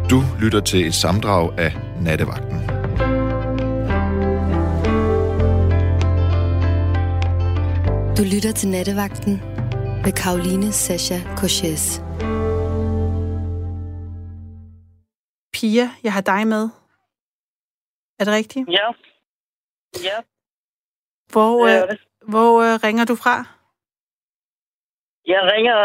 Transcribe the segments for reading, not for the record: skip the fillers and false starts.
Du lytter til et sammendrag af Nattevagten. Du lytter til Nattevagten med Caroline Sascha Corchés. Pia, jeg har dig med. Er det rigtigt? Ja. Ja. Hvor ringer du fra? Jeg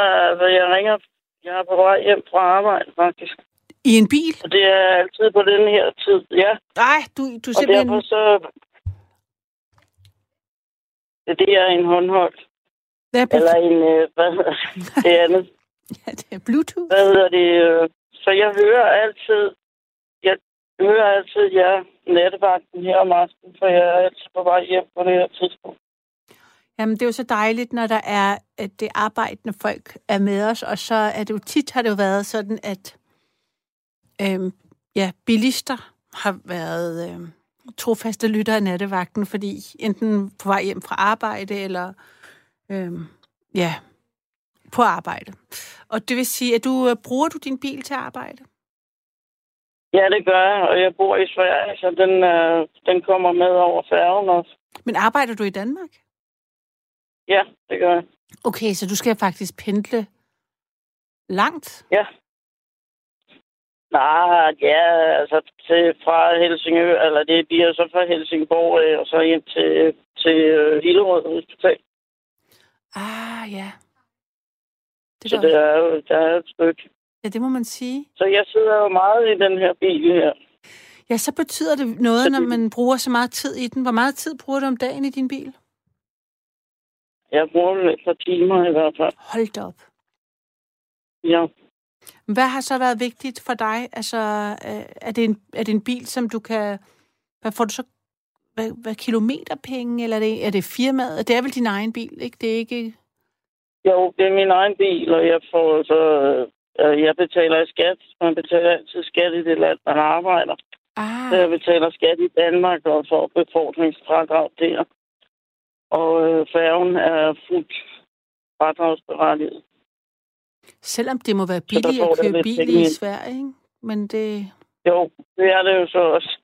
er på vej hjem fra arbejde, faktisk. I en bil? Og det er altid på den her tid, ja. Nej, du simpelthen... Og derfor så... Det er en håndholdt. Eller en... hvad hedder det andet? Ja, det er Bluetooth. Hvad hedder det? Så jeg hører altid jer nattevagten her om aftenen, for jeg er altid på vej hjem på det her tidspunkt. Jamen, det er jo så dejligt, når der er, at det arbejdende folk er med os, og så er det jo tit, har det jo været sådan, at bilister har været trofaste lyttere af nattevagten, fordi enten på vej hjem fra arbejde, eller på arbejde. Og det vil sige, at bruger du din bil til arbejde? Ja, det gør jeg, og jeg bor i Sverige, så den kommer med over færgen også. Men arbejder du i Danmark? Ja, det gør jeg. Okay, så du skal faktisk pendle langt? Ja. Nej, ja, altså fra Helsingør, eller det bliver så fra Helsingborg og så ind til Hillerød Hospital. Ah, ja. Så det er et stykke. Ja, det må man sige. Så jeg sidder jo meget i den her bil her. Ja, så betyder det noget, når man bruger så meget tid i den. Hvor meget tid bruger du om dagen i din bil? Jeg bruger et par timer i hvert fald. Hold da op. Ja. Hvad har så været vigtigt for dig? Altså, er det en bil, som du kan... Hvad får du så? Hvad kilometerpenge, eller er det firmaet? Det er vel din egen bil, ikke? Det er ikke... Jo, det er min egen bil, og jeg får så... Jeg betaler skat. Man betaler altid skat i det land, man arbejder. Ah. Så jeg betaler skat i Danmark og får befordringsfradrag der. Og færgen er fuldt fradragsberettiget. Selvom det må være billigt at køre bil i Sverige, ikke? Men det... Jo, det er det jo så også.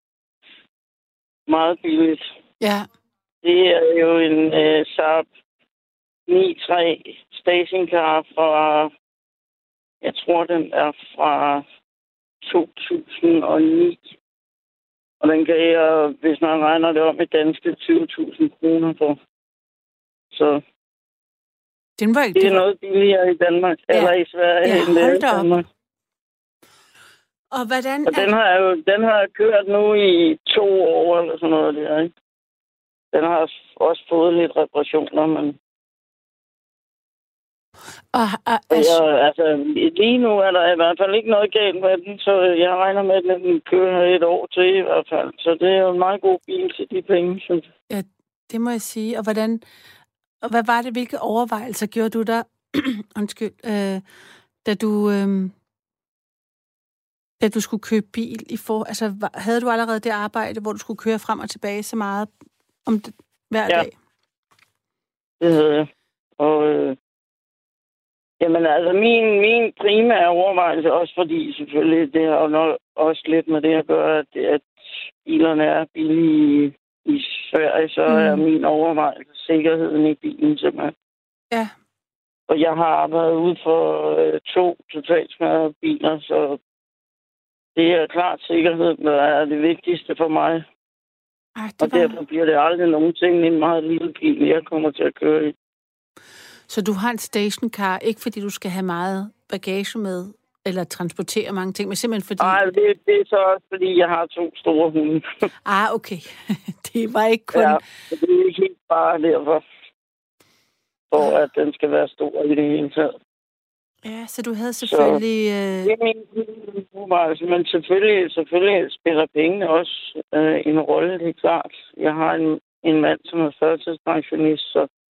Meget billigt. Ja. Det er jo en Saab 9-3 stationcar fra... Jeg tror, den er fra 2009. Og den kan jeg, hvis man regner det om i danske, 20.000 kroner for. Så det er noget billigere i Danmark, eller i Sverige, end det er i Danmark. Og hvordan... Og den har jeg kørt nu i 2 år, eller sådan noget der, ikke? Den har også fået lidt reparationer, men... lige nu er der i hvert fald ikke noget galt med den, så jeg regner med, at den kører 1 år til i hvert fald. Så det er jo en meget god bil til de penge, synes jeg. Ja, det må jeg sige. Og hvad var det, hvilke overvejelser gjorde du der, da du skulle købe bil altså, havde du allerede det arbejde, hvor du skulle køre frem og tilbage så meget hver dag? Det havde jeg. Og jamen altså, min primære overvejelse, også fordi selvfølgelig det har jo også lidt med det at gøre, at bilerne er billige i Sverige, så er min overvejelse sikkerheden i bilen simpelthen. Ja. Og jeg har arbejdet ude for 2 totalt smadrede biler, så det er klart sikkerheden, der er det vigtigste for mig. Og derfor bliver det aldrig nogensinde en meget lille bil, jeg kommer til at køre i. Så du har en stationcar, ikke fordi du skal have meget bagage med, eller transportere mange ting, men simpelthen fordi... Nej, det er så også, fordi jeg har 2 store hunde. Okay. Det var ikke kun... Ja, det er ikke helt bare derfor, for at den skal være stor i det hele taget. Ja, så du havde selvfølgelig... Det er min overvejelse, men selvfølgelig spiller pengene også en rolle, det er klart. Jeg har en mand, som er førtidspensionist,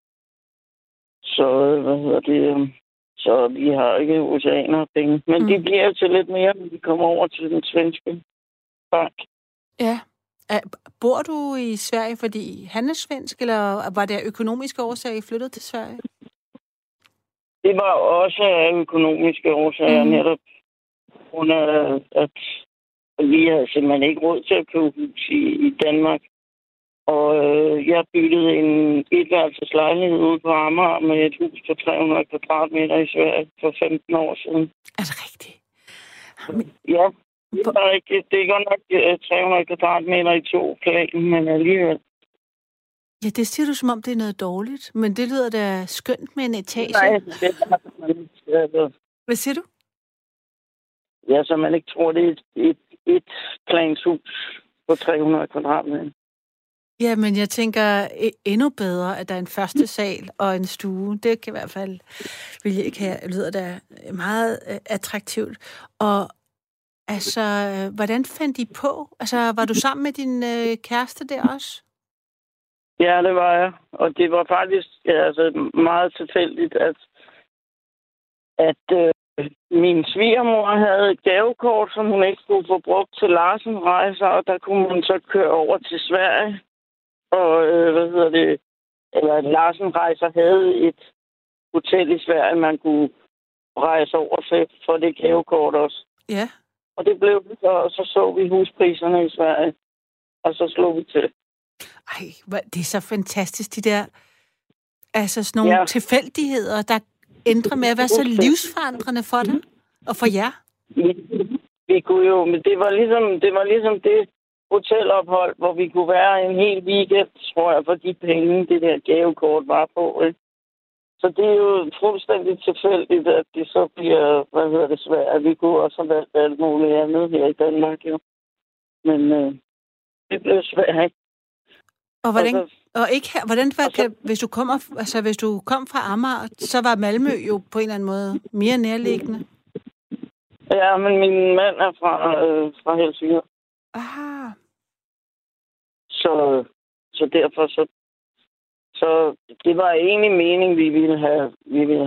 så vi har ikke oceaner penge. Men de bliver til lidt mere, når vi kommer over til den svenske bank. Ja. Bor du i Sverige, fordi han er svensk, eller var det økonomiske årsager, I flyttede til Sverige? Det var også økonomiske årsager netop. grund af, at vi havde simpelthen ikke råd til at købe hus i Danmark. Og jeg byggede en etværelseslejlighed ude på Amager med et hus på 300 kvadratmeter i Sverige for 15 år siden. Er det rigtigt? Ja, det er rigtigt. Det er godt nok 300 kvadratmeter i 2 plan, men alligevel. Ja, det siger du, som om det er noget dårligt. Men det lyder da skønt med en etage. Nej, det er Hvad siger du? Ja, så man ikke tror, det er et planshus på 300 kvadratmeter. Ja, men jeg tænker endnu bedre, at der er en første sal og en stue. Det kan i hvert fald, vil jeg ikke have, lyder da meget attraktivt. Og altså, hvordan fandt I på? Altså, var du sammen med din kæreste der også? Ja, det var jeg. Og det var faktisk meget tilfældigt, at min svigermor havde et gavekort, som hun ikke skulle få brugt til Larsen-rejser, og der kunne man så køre over til Sverige. Og Larsen-rejser havde et hotel i Sverige, man kunne rejse over til for det gavekort også. Ja. Og det blev det, og så vi huspriserne i Sverige, og så slog vi til. Ej, det er så fantastisk, de der, altså sådan nogle tilfældigheder, der ændrer med at være så livsforandrende for dig og for jer. Vi kunne jo, men det var ligesom det hotelophold, hvor vi kunne være en hel weekend, tror jeg, for de penge, det der gavekort var på. Ikke? Så det er jo fuldstændig tilfældigt, at det så bliver, svært. Vi kunne også have valgt alt muligt andet her i Danmark, jo. Men det blev svært, ikke? Og hvis du kom fra Amager, så var Malmø jo på en eller anden måde mere nærliggende. Ja, men min mand er fra Helsingør. Aha. Så derfor så det var egentlig meningen, vi ville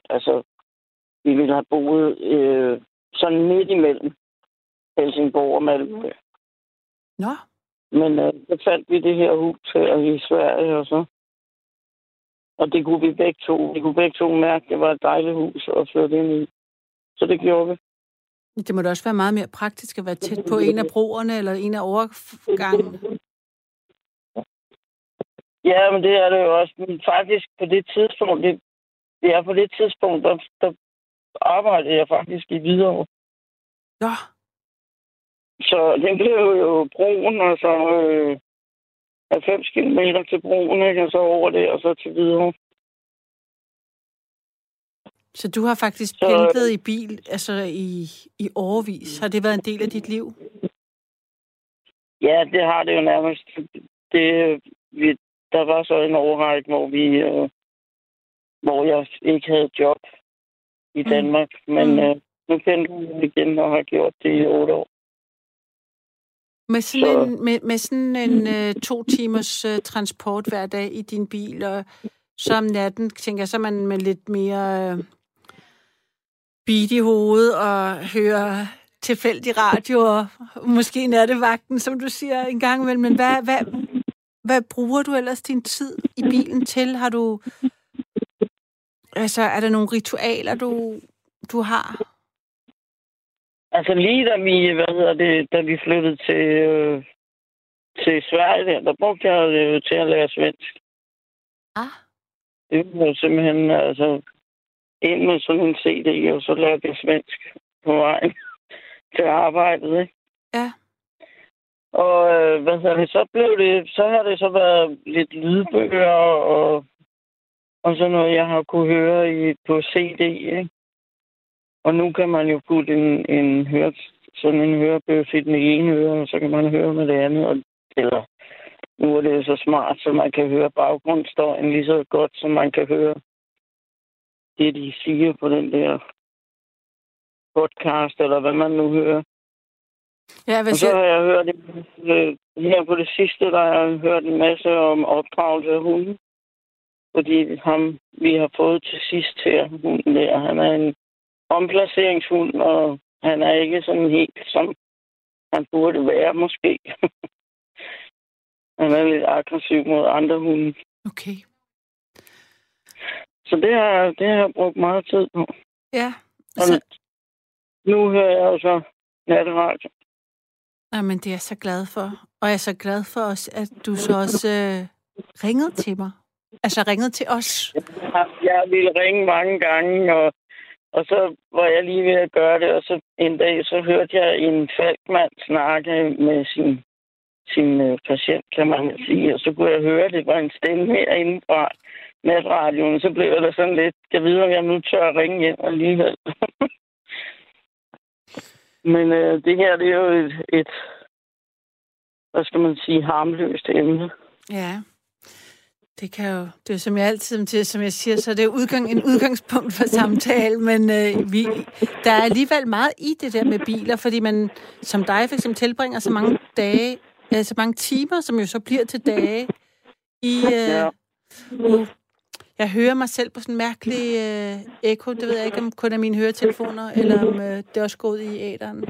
have boet sådan midt imellem Helsingborg og Malmø. Nå. Men så fandt vi det her hus her i Sverige og så. Og det kunne vi begge to. Vi kunne begge to mærke, at det var et dejligt hus at flytte ind i. Så det gjorde vi. Det må da også være meget mere praktisk at være tæt på en af broerne eller en af overgangene. Ja, men det er det jo også. Men faktisk på det tidspunkt, der arbejdede jeg faktisk i Hvidovre. Ja. Så den blev jo broen, og så 90 kilometer til broen, ikke? Og så over det, og så til Hvidovre. Så du har faktisk pendlet i bil, altså i årevis. Har det været en del af dit liv? Ja, det har det jo nærmest. Der var så en årrække, hvor jeg ikke havde job i Danmark. Men nu pendler jeg igen og har gjort det i 8 år. Med sådan en 2 timers transport hver dag i din bil, og så om natten, tænker jeg, så er man med lidt mere beat i hovedet og hører tilfældig radio, og måske nattevagten, som du siger en gang imellem. Men hvad bruger du ellers din tid i bilen til? Har du, altså, er der nogle ritualer, du har? Altså lige da vi flyttede til Sverige, der brugte jeg det til at lære svensk. Ah. Det var simpelthen ind med sådan en CD, og så lærte jeg svensk på vejen til arbejdet, ikke? Ja. Og så har det så været lidt lydbøger og sådan noget, jeg har kunne høre på CD, ikke? Og nu kan man jo putte en hørebøf i den ene øre, og så kan man høre med det andet. Eller nu er det så smart, så man kan høre baggrundsstøjen lige så godt, som man kan høre det, de siger på den der podcast, eller hvad man nu hører. Ja, og så har jeg hørt her på det sidste, der har jeg hørt en masse om opdragelse af hunden. Fordi ham, vi har fået til sidst her, hunden der, han er en omplaceringshund, og han er ikke sådan helt, som han burde være, måske. Han er lidt aggressiv mod andre hunde. Okay. Så det har jeg brugt meget tid på. Ja. nu hører jeg jo så natteradio. Jamen, det er jeg så glad for. Og jeg er så glad for os, at du så også ringede til mig. Altså ringede til os. Jeg ville ringe mange gange, og så var jeg lige ved at gøre det, og så en dag, så hørte jeg en falkmand snakke med sin patient, kan man sige, og så kunne jeg høre, at det var en stemme herinde fra natradioen, så blev jeg sådan lidt, jeg ved, om jeg nu tør at ringe hjem alligevel. Men det her, det er jo et hvad skal man sige, harmløst emne. Ja, det kan jo, det er som jeg altid som jeg siger, så det er en udgangspunkt for samtale, men der er alligevel meget i det der med biler, fordi man, som dig for eksempel, tilbringer så mange dage, så mange timer, som jo så bliver til dage i... Jeg hører mig selv på sådan en mærkelig ekko. Det ved jeg ikke, om kun er mine høretelefoner, eller om det er også gået i æteren.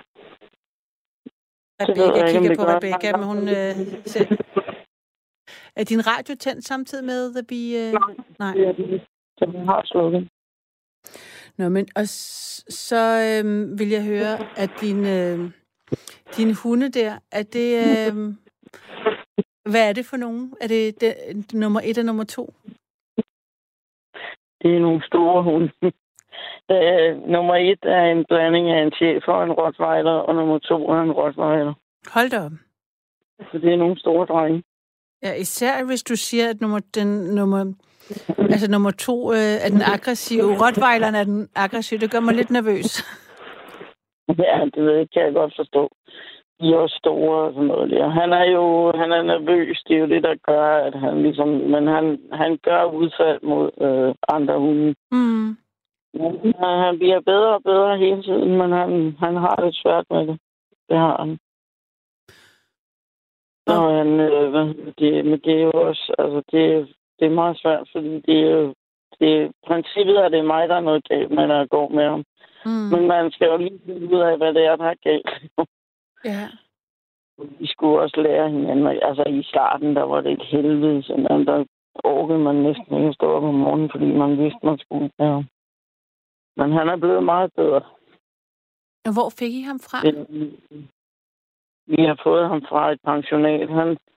Jeg kigger på Rebecca, men hun selv. Er din radio tændt samtidig med, at vi... Nej. Den har slukket. Nå, men og så vil jeg høre, at dine hunde der, er det... hvad er det for nogen? Er det nummer 1 og nummer 2? Det er nogle store hunde. Nummer 1 er en blanding af en schæfer og en rottweiler, og nummer 2 er en rottweiler. Hold da op. Så det er nogle store drenge. Ja, især hvis du siger, at nummer 2 er den aggressive. Rottweileren er den aggressive. Det gør mig lidt nervøs. Ja, det kan jeg godt forstå. De er også store og sådan noget der. Han er nervøs. Det er jo det, der gør, at han ligesom... Men han gør udfald mod andre hunde. Mm. Han bliver bedre og bedre hele tiden, men han har det svært med det. Det har han. Og han, men det er jo også... Altså, det er meget svært, fordi det er jo... princippet er det mig, der er noget galt med, der går med ham. Mm. Men man skal jo lige finde ud af, hvad det er, der er galt. Ja. Vi skulle også lære hinanden. Altså i starten, der var det et helvede. Sådan, der orkede man næsten ikke at stå op om morgenen, fordi man vidste, man skulle. Ja. Men han er blevet meget bedre. Og hvor fik I ham fra? Vi har fået ham fra et pensionat.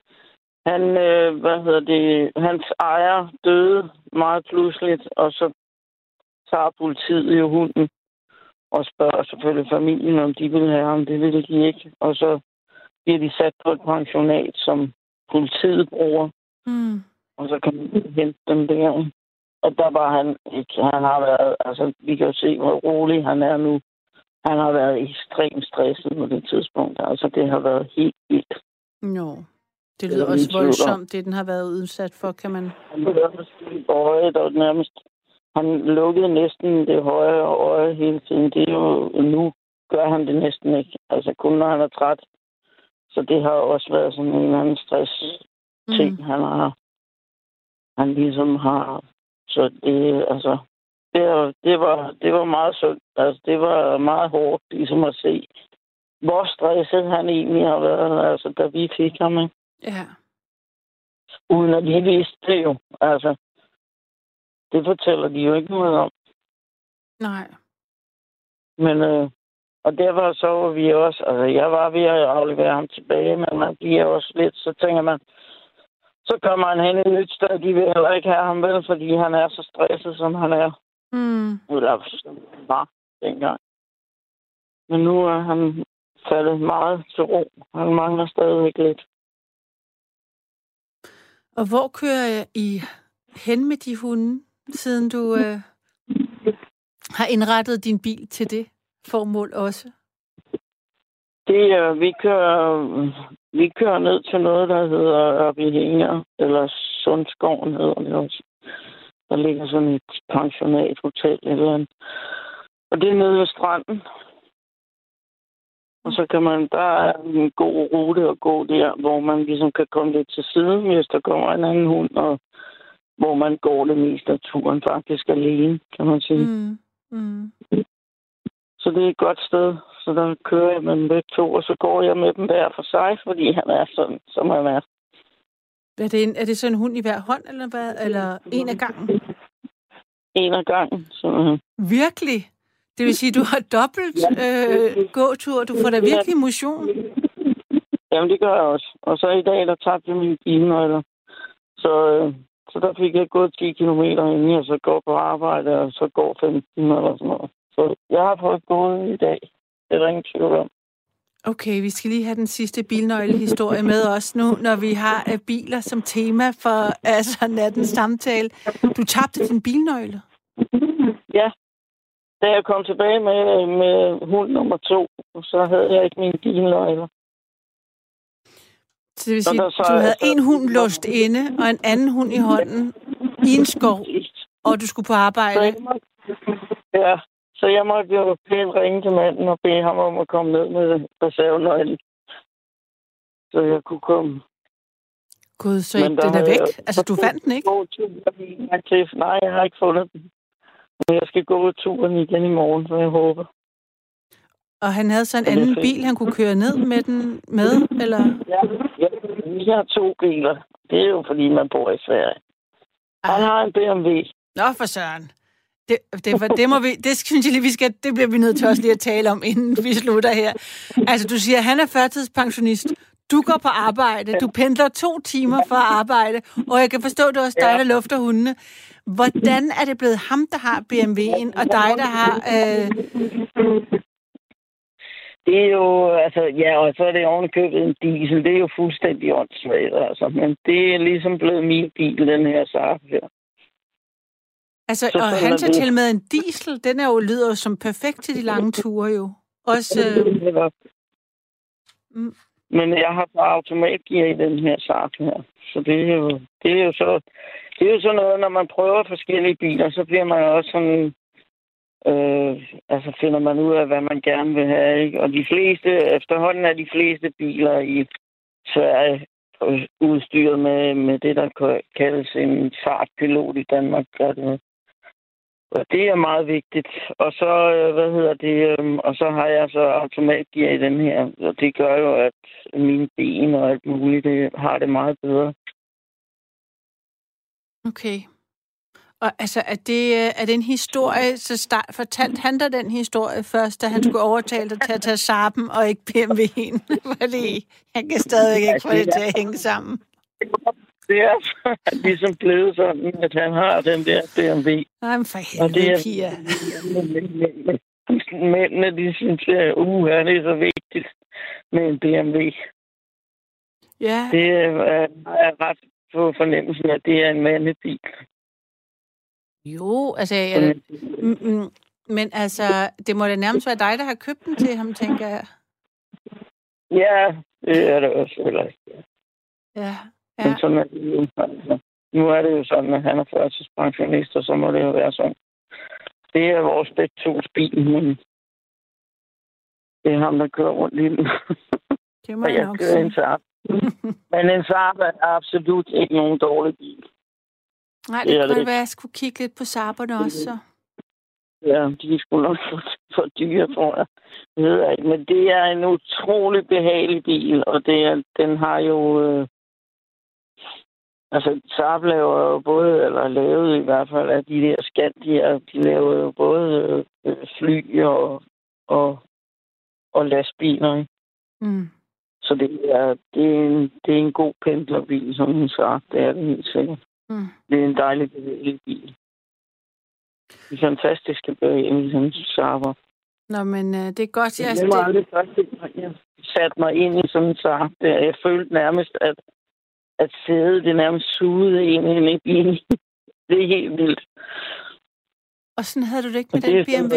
Hans ejer døde meget pludseligt, og så tager politiet jo hunden og spørger selvfølgelig familien, om de vil have ham. Det vil de ikke. Og så bliver de sat på et pensionat, som politiet bruger. Mm. Og så kan man hente dem der. Og der var han ikke. Han har været, altså vi kan jo se, hvor rolig han er nu. Han har været ekstremt stresset på det tidspunkt. Altså det har været helt vildt. Jo. Det lyder også voldsomt, det den har været udsat for, kan man... Han blev øjet, og nærmest... Han lukkede næsten det højre øje hele tiden. Det er jo... Nu gør han det næsten ikke. Altså kun når han er træt. Så det har også været sådan en eller anden stress-ting, han ligesom har... Så det, altså... Det var meget sundt. Altså, det var meget hårdt, ligesom at se, hvor stresset han egentlig har været, altså, da vi fik ham, ikke? Ja. Uden at de vidste det jo. Altså, det fortæller de jo ikke noget om. Nej. Men, og derfor så var vi også, altså, jeg var ved at aflevere ham tilbage, men man bliver også lidt, så tænker man, så kommer han hen et nyt sted, de vil heller ikke have ham vel, fordi han er så stresset, som han er. Mm. Eller var dengang. Men nu er han faldet meget til ro. Han mangler stadigvæk lidt. Og hvor kører I hen med de hunde, siden du har indrettet din bil til det formål også? Vi kører ned til noget, der hedder Ørby Hænger, eller Sundskoven hedder det også. Der ligger sådan et pensionathotel eller andet. Og det er nede ved stranden. Og så kan man, der er en god rute at gå der, hvor man ligesom kan komme lidt til siden, hvis der kommer en anden hund, og hvor man går det meste af turen faktisk alene, kan man sige. Mm. Mm. Så det er et godt sted. Så der kører jeg med dem begge to, og så går jeg med dem hver for sig, fordi han er sådan, som han er. Er det så en hund i hver hånd, eller hvad? Eller en af gangen? En af gangen. Så. Virkelig? Det vil sige, at du har dobbelt gåtur. Du får da virkelig motion. Jamen, det gør jeg også. Og så i dag, der tabte jeg mine bilnøgler. Så der fik jeg gået 10 kilometer, inden jeg så går på arbejde, og så går 15 eller sådan noget. Så jeg har fået gået i dag. Det er der ingen tvivl om. Okay, vi skal lige have den sidste bilnøglehistorie med os nu, når vi har biler som tema for nattens samtale. Du tabte din bilnøgle? Ja. Da jeg kom tilbage med hund nummer 2, så havde jeg ikke mine bilnøgler. Så det vil sige, du havde en hund låst inde, og en anden hund i hånden i en skov, og du skulle på arbejde? Så jeg måtte jo pænt ringe til manden og bede ham om at komme ned med reservenøglen, så jeg kunne komme. Gud, så den er væk? Altså, du fandt den ikke? Nej, jeg har ikke fundet den. Men jeg skal gå turen igen i morgen, så jeg håber. Og han havde så en anden bil, han kunne køre ned med den med, eller? Ja, vi har 2 biler. Det er jo, fordi man bor i Sverige. Han har en BMW. Nå, for søren. Det synes jeg lige, det bliver vi nødt til også lige at tale om, inden vi slutter her. Altså, du siger, at han er førtidspensionist. Du går på arbejde. Du pendler 2 timer for at arbejde. Og jeg kan forstå, at det er også dig, der lufter hundene. Hvordan er det blevet ham, der har BMW'en, og dig, der har... Det er jo, altså, ja, og så er det ovenikøbet en diesel. Det er jo fuldstændig åndssvagt, altså. Men det er ligesom blevet min bil, den her Saab her. Altså, så og han tager til med en diesel, den er jo, lyder jo som perfekt til de lange ture, jo. Også... Men jeg har bare automatgear i den her Saab her. Så det er jo sådan noget, når man prøver forskellige biler, så bliver man også sådan... finder man ud af, hvad man gerne vil have, ikke? Og efterhånden er de fleste biler i Sverige udstyret med det, der kaldes en fartpilot i Danmark. Og det er meget vigtigt. Og så, og så har jeg så automatgear i den her. Og det gør jo, at mine ben og alt muligt, det har det meget bedre. Okay. Og altså, er det en historie, så fortalte han dig den historie først, da han skulle overtale dig til at tage Saaben og ikke BMW'en? Fordi jeg kan stadig ikke få det til at hænge sammen. Det er ligesom blevet sådan, at han har den der BMW. Nej, men for helvede, Pia. Mændene, de synes, at det er så vigtigt med en BMW. Ja. Det er ret på fornemmelsen, at det er en mandebil. Jo, altså... Men altså, det må da nærmest være dig, der har købt den til ham, tænker jeg. Ja, det er det også. Eller. Ja. Men sådan er det jo. Altså, nu er det jo sådan, at han er førtidspensionist, og så må det jo være sådan. Det er vores begge tos bil, men det er ham, der kører rundt i den. Det må jeg nok sige. En Saab. Men en Saab er absolut ikke nogen dårlig bil. Nej, det kunne være, at jeg skulle kigge lidt på Saaberne også, så. Ja, de er sgu nok for dyre, tror jeg. Det ved jeg ikke. Men det er en utrolig behagelig bil, og den har jo... Saab laver jo både, eller lavet i hvert fald, af de der Scandier, de laver jo både fly og lastbiler, ikke? Mm. Så det er en god pendlerbil, som hun sagde. Det er det helt sikkert. Mm. Det er en dejlig bevægelig bil. Det er fantastiske bevægelige Saber. Nå, men det er godt, jeg satte mig ind i sådan en Saab. Jeg følte nærmest, at sædet, det nærmest sugede ind i bilen. Det er helt vildt. Og sådan havde du det ikke med den BMW?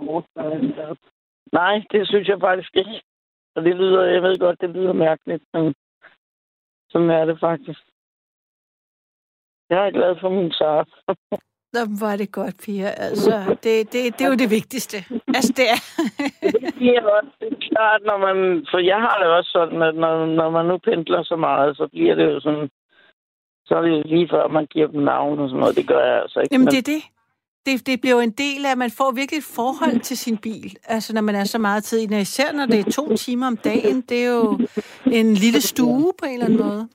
Nej, det synes jeg faktisk ikke. Og det lyder, jeg ved godt, det lyder mærkeligt, men sådan er det faktisk. Jeg er glad for min Saab. Nå, var det godt, Pia. Altså, det er jo det vigtigste. Altså, det er... det er også klart, når man... For jeg har det også sådan, at når man nu pendler så meget, så bliver det jo sådan... Så er det jo lige før, man giver dem navn og sådan noget. Det gør jeg altså ikke. Jamen, det er det. Det bliver jo en del af, at man får virkelig et forhold til sin bil. Altså, når man er så meget tid i den. Især når det er 2 timer om dagen. Det er jo en lille stue på en eller anden måde.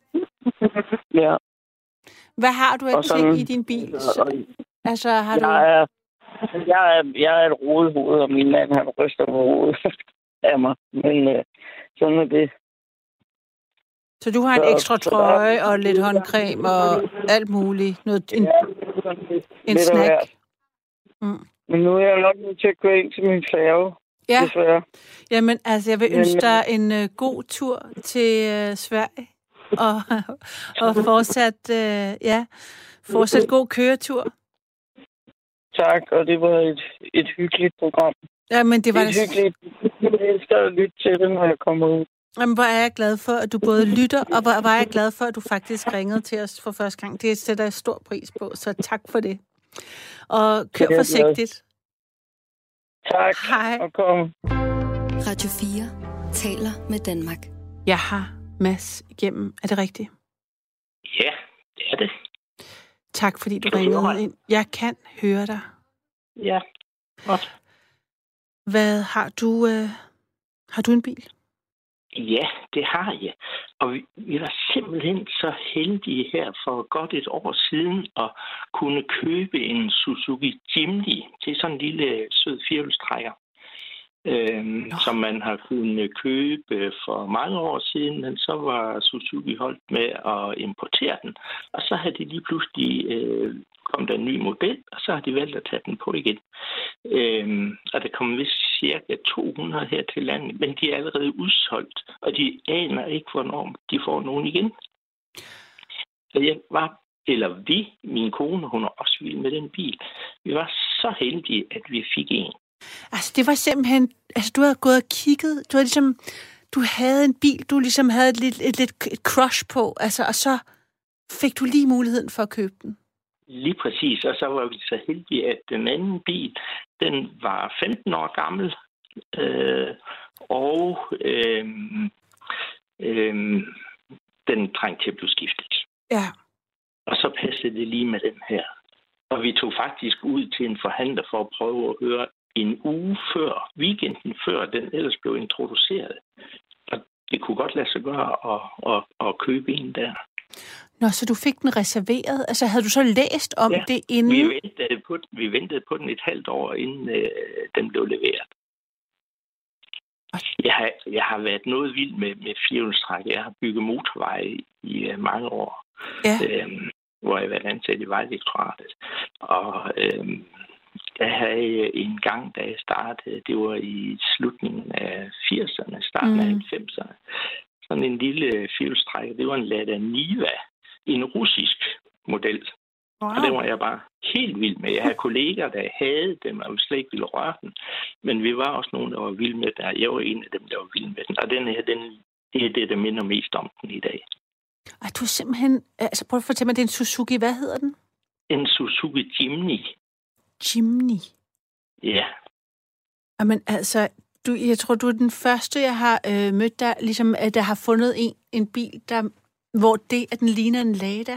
Ja. Hvad har du ellers i din bil? Altså, har du... Jeg er et rodehoved, og min mand, han ryster på hovedet af mig. Men sådan er det. Så du har en ekstra trøje og lidt håndcreme og alt muligt? En snack? Mm. Men nu er jeg nok nødt til at gå ind til min færge. Ja. Desværre. Jamen, altså, jeg vil ønske dig en god tur til Sverige. Og fortsat god køretur. Tak, og det var et hyggeligt program. Ja, men det var hyggeligt. Jeg elsker at lytte til det, når jeg kommer ud. Jamen, hvor er jeg glad for, at du både lytter, og hvor er jeg glad for, at du faktisk ringede til os for første gang. Det sætter jeg stor pris på, så tak for det. Og kør forsigtigt. Tak. Hej. Og kom. Radio 4 taler med Danmark. Jeg har Mads igennem. Er det rigtigt? Ja, det er det. Tak, fordi du ringede ind. Jeg kan høre dig. Ja, godt. Hvad har du? Har du en bil? Ja, det har jeg. Og vi var simpelthen så heldige her for godt et år siden at kunne købe en Suzuki Jimny. Det er sådan en lille sød firehjulstrækker, som man har kunnet købe for mange år siden, men så var Suzuki holdt med at importere den. Og så havde de lige pludselig kom der en ny model, og så har de valgt at tage den på igen. Og der kommer vist cirka 200 her til landet, men de er allerede udsolgt, og de aner ikke, hvornår de får nogen igen. Så min kone, hun er også vild med den bil. Vi var så heldige, at vi fik en. Altså, det var simpelthen... Altså, du havde gået og kigget. Du havde en bil, du ligesom havde et crush på, altså, og så fik du lige muligheden for at købe den. Lige præcis, og så var vi så heldige, at den anden bil, den var 15 år gammel, den trængte til at blive skiftet. Ja. Og så passede det lige med den her. Og vi tog faktisk ud til en forhandler for at prøve at høre en uge før, weekenden før, den ellers blev introduceret. Og det kunne godt lade sig gøre at købe en der. Nå, så du fik den reserveret? Altså, havde du så læst om det inden? Vi ventede på den et halvt år, inden den blev leveret. Jeg har været noget vild med firehjulstræk. Jeg har bygget motorveje i mange år, hvor jeg har været ansat i Vejdirektoratet. Og der havde jeg en gang, da jeg startede, det var i slutningen af 80'erne, starten af 90'erne, sådan en lille firehjulstrækker. Det var en Lada Niva, en russisk model. Wow. Og den var jeg bare helt vild med. Jeg havde kolleger, der havde dem, og slet ikke ville røre den. Men vi var også nogen, der var vilde med den. Jeg var en af dem, der var vild med den. Og den her, det er det, der minder mest om den i dag. Ej, du er simpelthen... Altså, prøv at fortælle mig, det er en Suzuki. Hvad hedder den? En Suzuki Jimny. Jimny? Ja. Jamen, altså... Jeg tror, du er den første, jeg har mødt, der har fundet en bil, hvor det, at den ligner en Lada,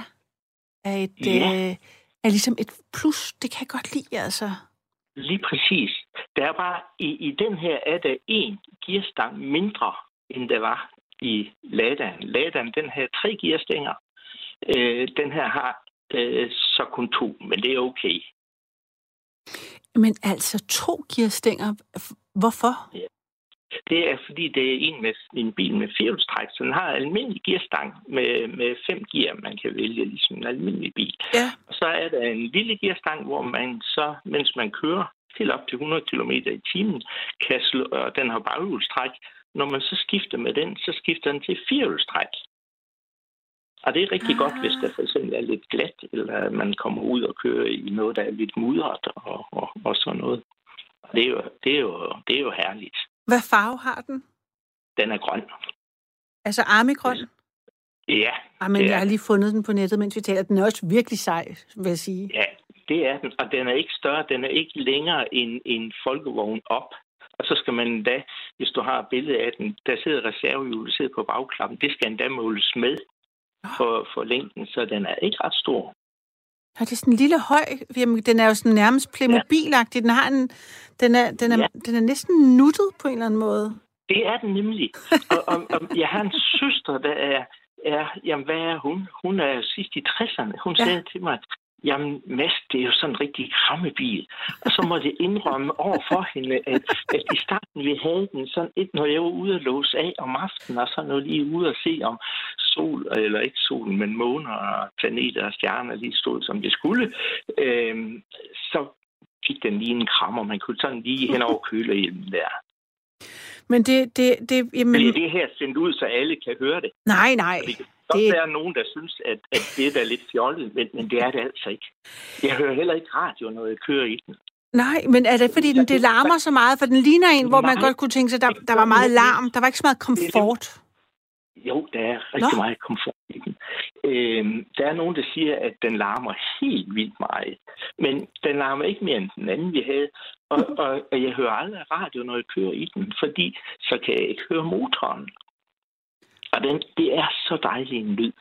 er ligesom et plus. Det kan jeg godt lide, altså. Lige præcis. Der er bare, i den her er der en gearstang mindre, end der var i Ladaen. Ladaen, den her 3 gearstænger. Den her har så kun 2, men det er okay. Men altså 2 gearstænger, hvorfor? Ja. Det er, fordi det er en bil med firehjulstræk, så den har en almindelig gearstang med 5 gear, man kan vælge, ligesom en almindelig bil. Ja. Og så er der en lille gearstang, hvor man så, mens man kører helt op til 100 km i timen, og den har baghjulstræk. Når man så skifter med den, så skifter den til firehjulstræk. Og det er rigtig godt, hvis der for eksempel er lidt glat, eller man kommer ud og kører i noget, der er lidt mudret og sådan noget. Og det er jo herligt. Hvad farve har den? Den er grøn. Altså armigrøn? Ja. Men jeg har lige fundet den på nettet, mens vi taler. Den er også virkelig sej, vil jeg sige. Ja, det er den. Og den er ikke større. Den er ikke længere end en folkevogn op. Og så skal man da, hvis du har et billede af den, der sidder reservehjulet, sidder på bagklappen, det skal endda måles med for længden, så den er ikke ret stor. Ja, det er sådan en lille høj. Jamen, den er jo sådan nærmest Playmobil-agtig. Den er næsten nuttet på en eller anden måde. Det er den nemlig. og jeg har en søster, der er jamen, hvad er hun? Hun er sidst i 60'erne. Hun sagde til mig, jamen Mads, det er jo sådan en rigtig krammebil. Og så måtte jeg indrømme over for hende, at i starten vi havde den sådan når jeg var ude at låse af om aftenen, og så når lige ude at se om sol, eller ikke solen, men måner og planeter og stjerner lige stod, som det skulle, så fik den lige en krammer. Man kunne sådan lige hen over køleilden der. Men jamen... Bliver det her sendt ud, så alle kan høre det? Nej. Det kan godt være nogen, der synes, at det er da lidt fjollet, men det er det altså ikke. Jeg hører heller ikke radio, når jeg kører i den. Nej, men er det fordi, det larmer så meget? For den ligner en, hvor man godt kunne tænke sig, der var meget larm. Der var ikke så meget komfort. Jo, der er rigtig meget komfort i den. Der er nogen, der siger, at den larmer helt vildt meget. Men den larmer ikke mere end den anden, vi havde. Og jeg hører aldrig radio, når jeg kører i den, fordi så kan jeg ikke høre motoren. Og det er så dejlig en lyd.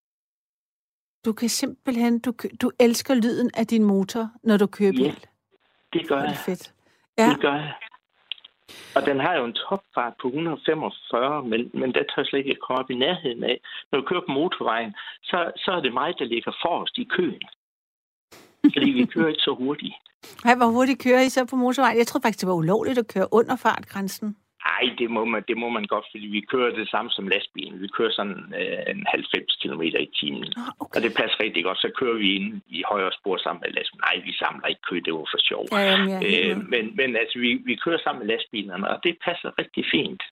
Du kan simpelthen... Du elsker lyden af din motor, når du kører bil. Ja, det gør jeg. Det er fedt. Ja. Det gør jeg. Og den har jo en topfart på 145, men der tør slet ikke komme op i nærheden af. Når du kører på motorvejen, så er det mig, der ligger forrest i køen. Fordi vi kører ikke så hurtigt. Ej, hvor hurtigt kører I så på motorvejen? Jeg troede faktisk, det var ulovligt at køre under fartgrænsen. Nej, det må man godt, fordi vi kører det samme som lastbilen. Vi kører sådan 90 km i timen. Okay. Og det passer rigtig godt. Så kører vi ind i højre spor sammen med lastbilen. Nej, vi samler ikke kø, det var for sjov. Ja. Men altså, vi kører sammen med lastbilerne, og det passer rigtig fint.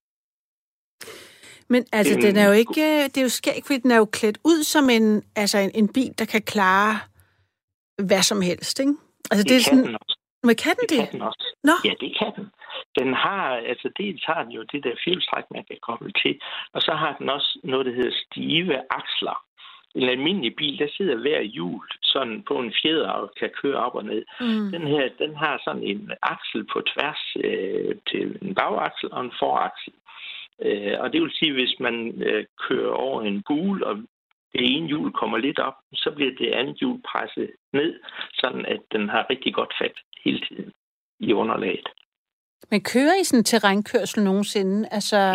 Men altså, den er jo ikke... Det er jo skægt, fordi den er jo klædt ud som en bil, der kan klare hvad som helst, ikke? Altså, det er sådan... Den også. Men kan den det? Kan den også. Nå. Ja, det kan den. Den har, altså dels har den jo det der fjælstræk, man kan koble til, og så har den også noget, der hedder stive aksler. En almindelig bil, der sidder hver hjul sådan på en fjeder og kan køre op og ned. Den har sådan en aksel på tværs til en bagaksel og en foraksel. Og det vil sige, hvis man kører over en bule, og det ene hjul kommer lidt op, så bliver det andet hjul presset ned, sådan at den har rigtig godt fat hele tiden i underlaget. Men kører I sådan terrænkørsel nogensinde? Altså...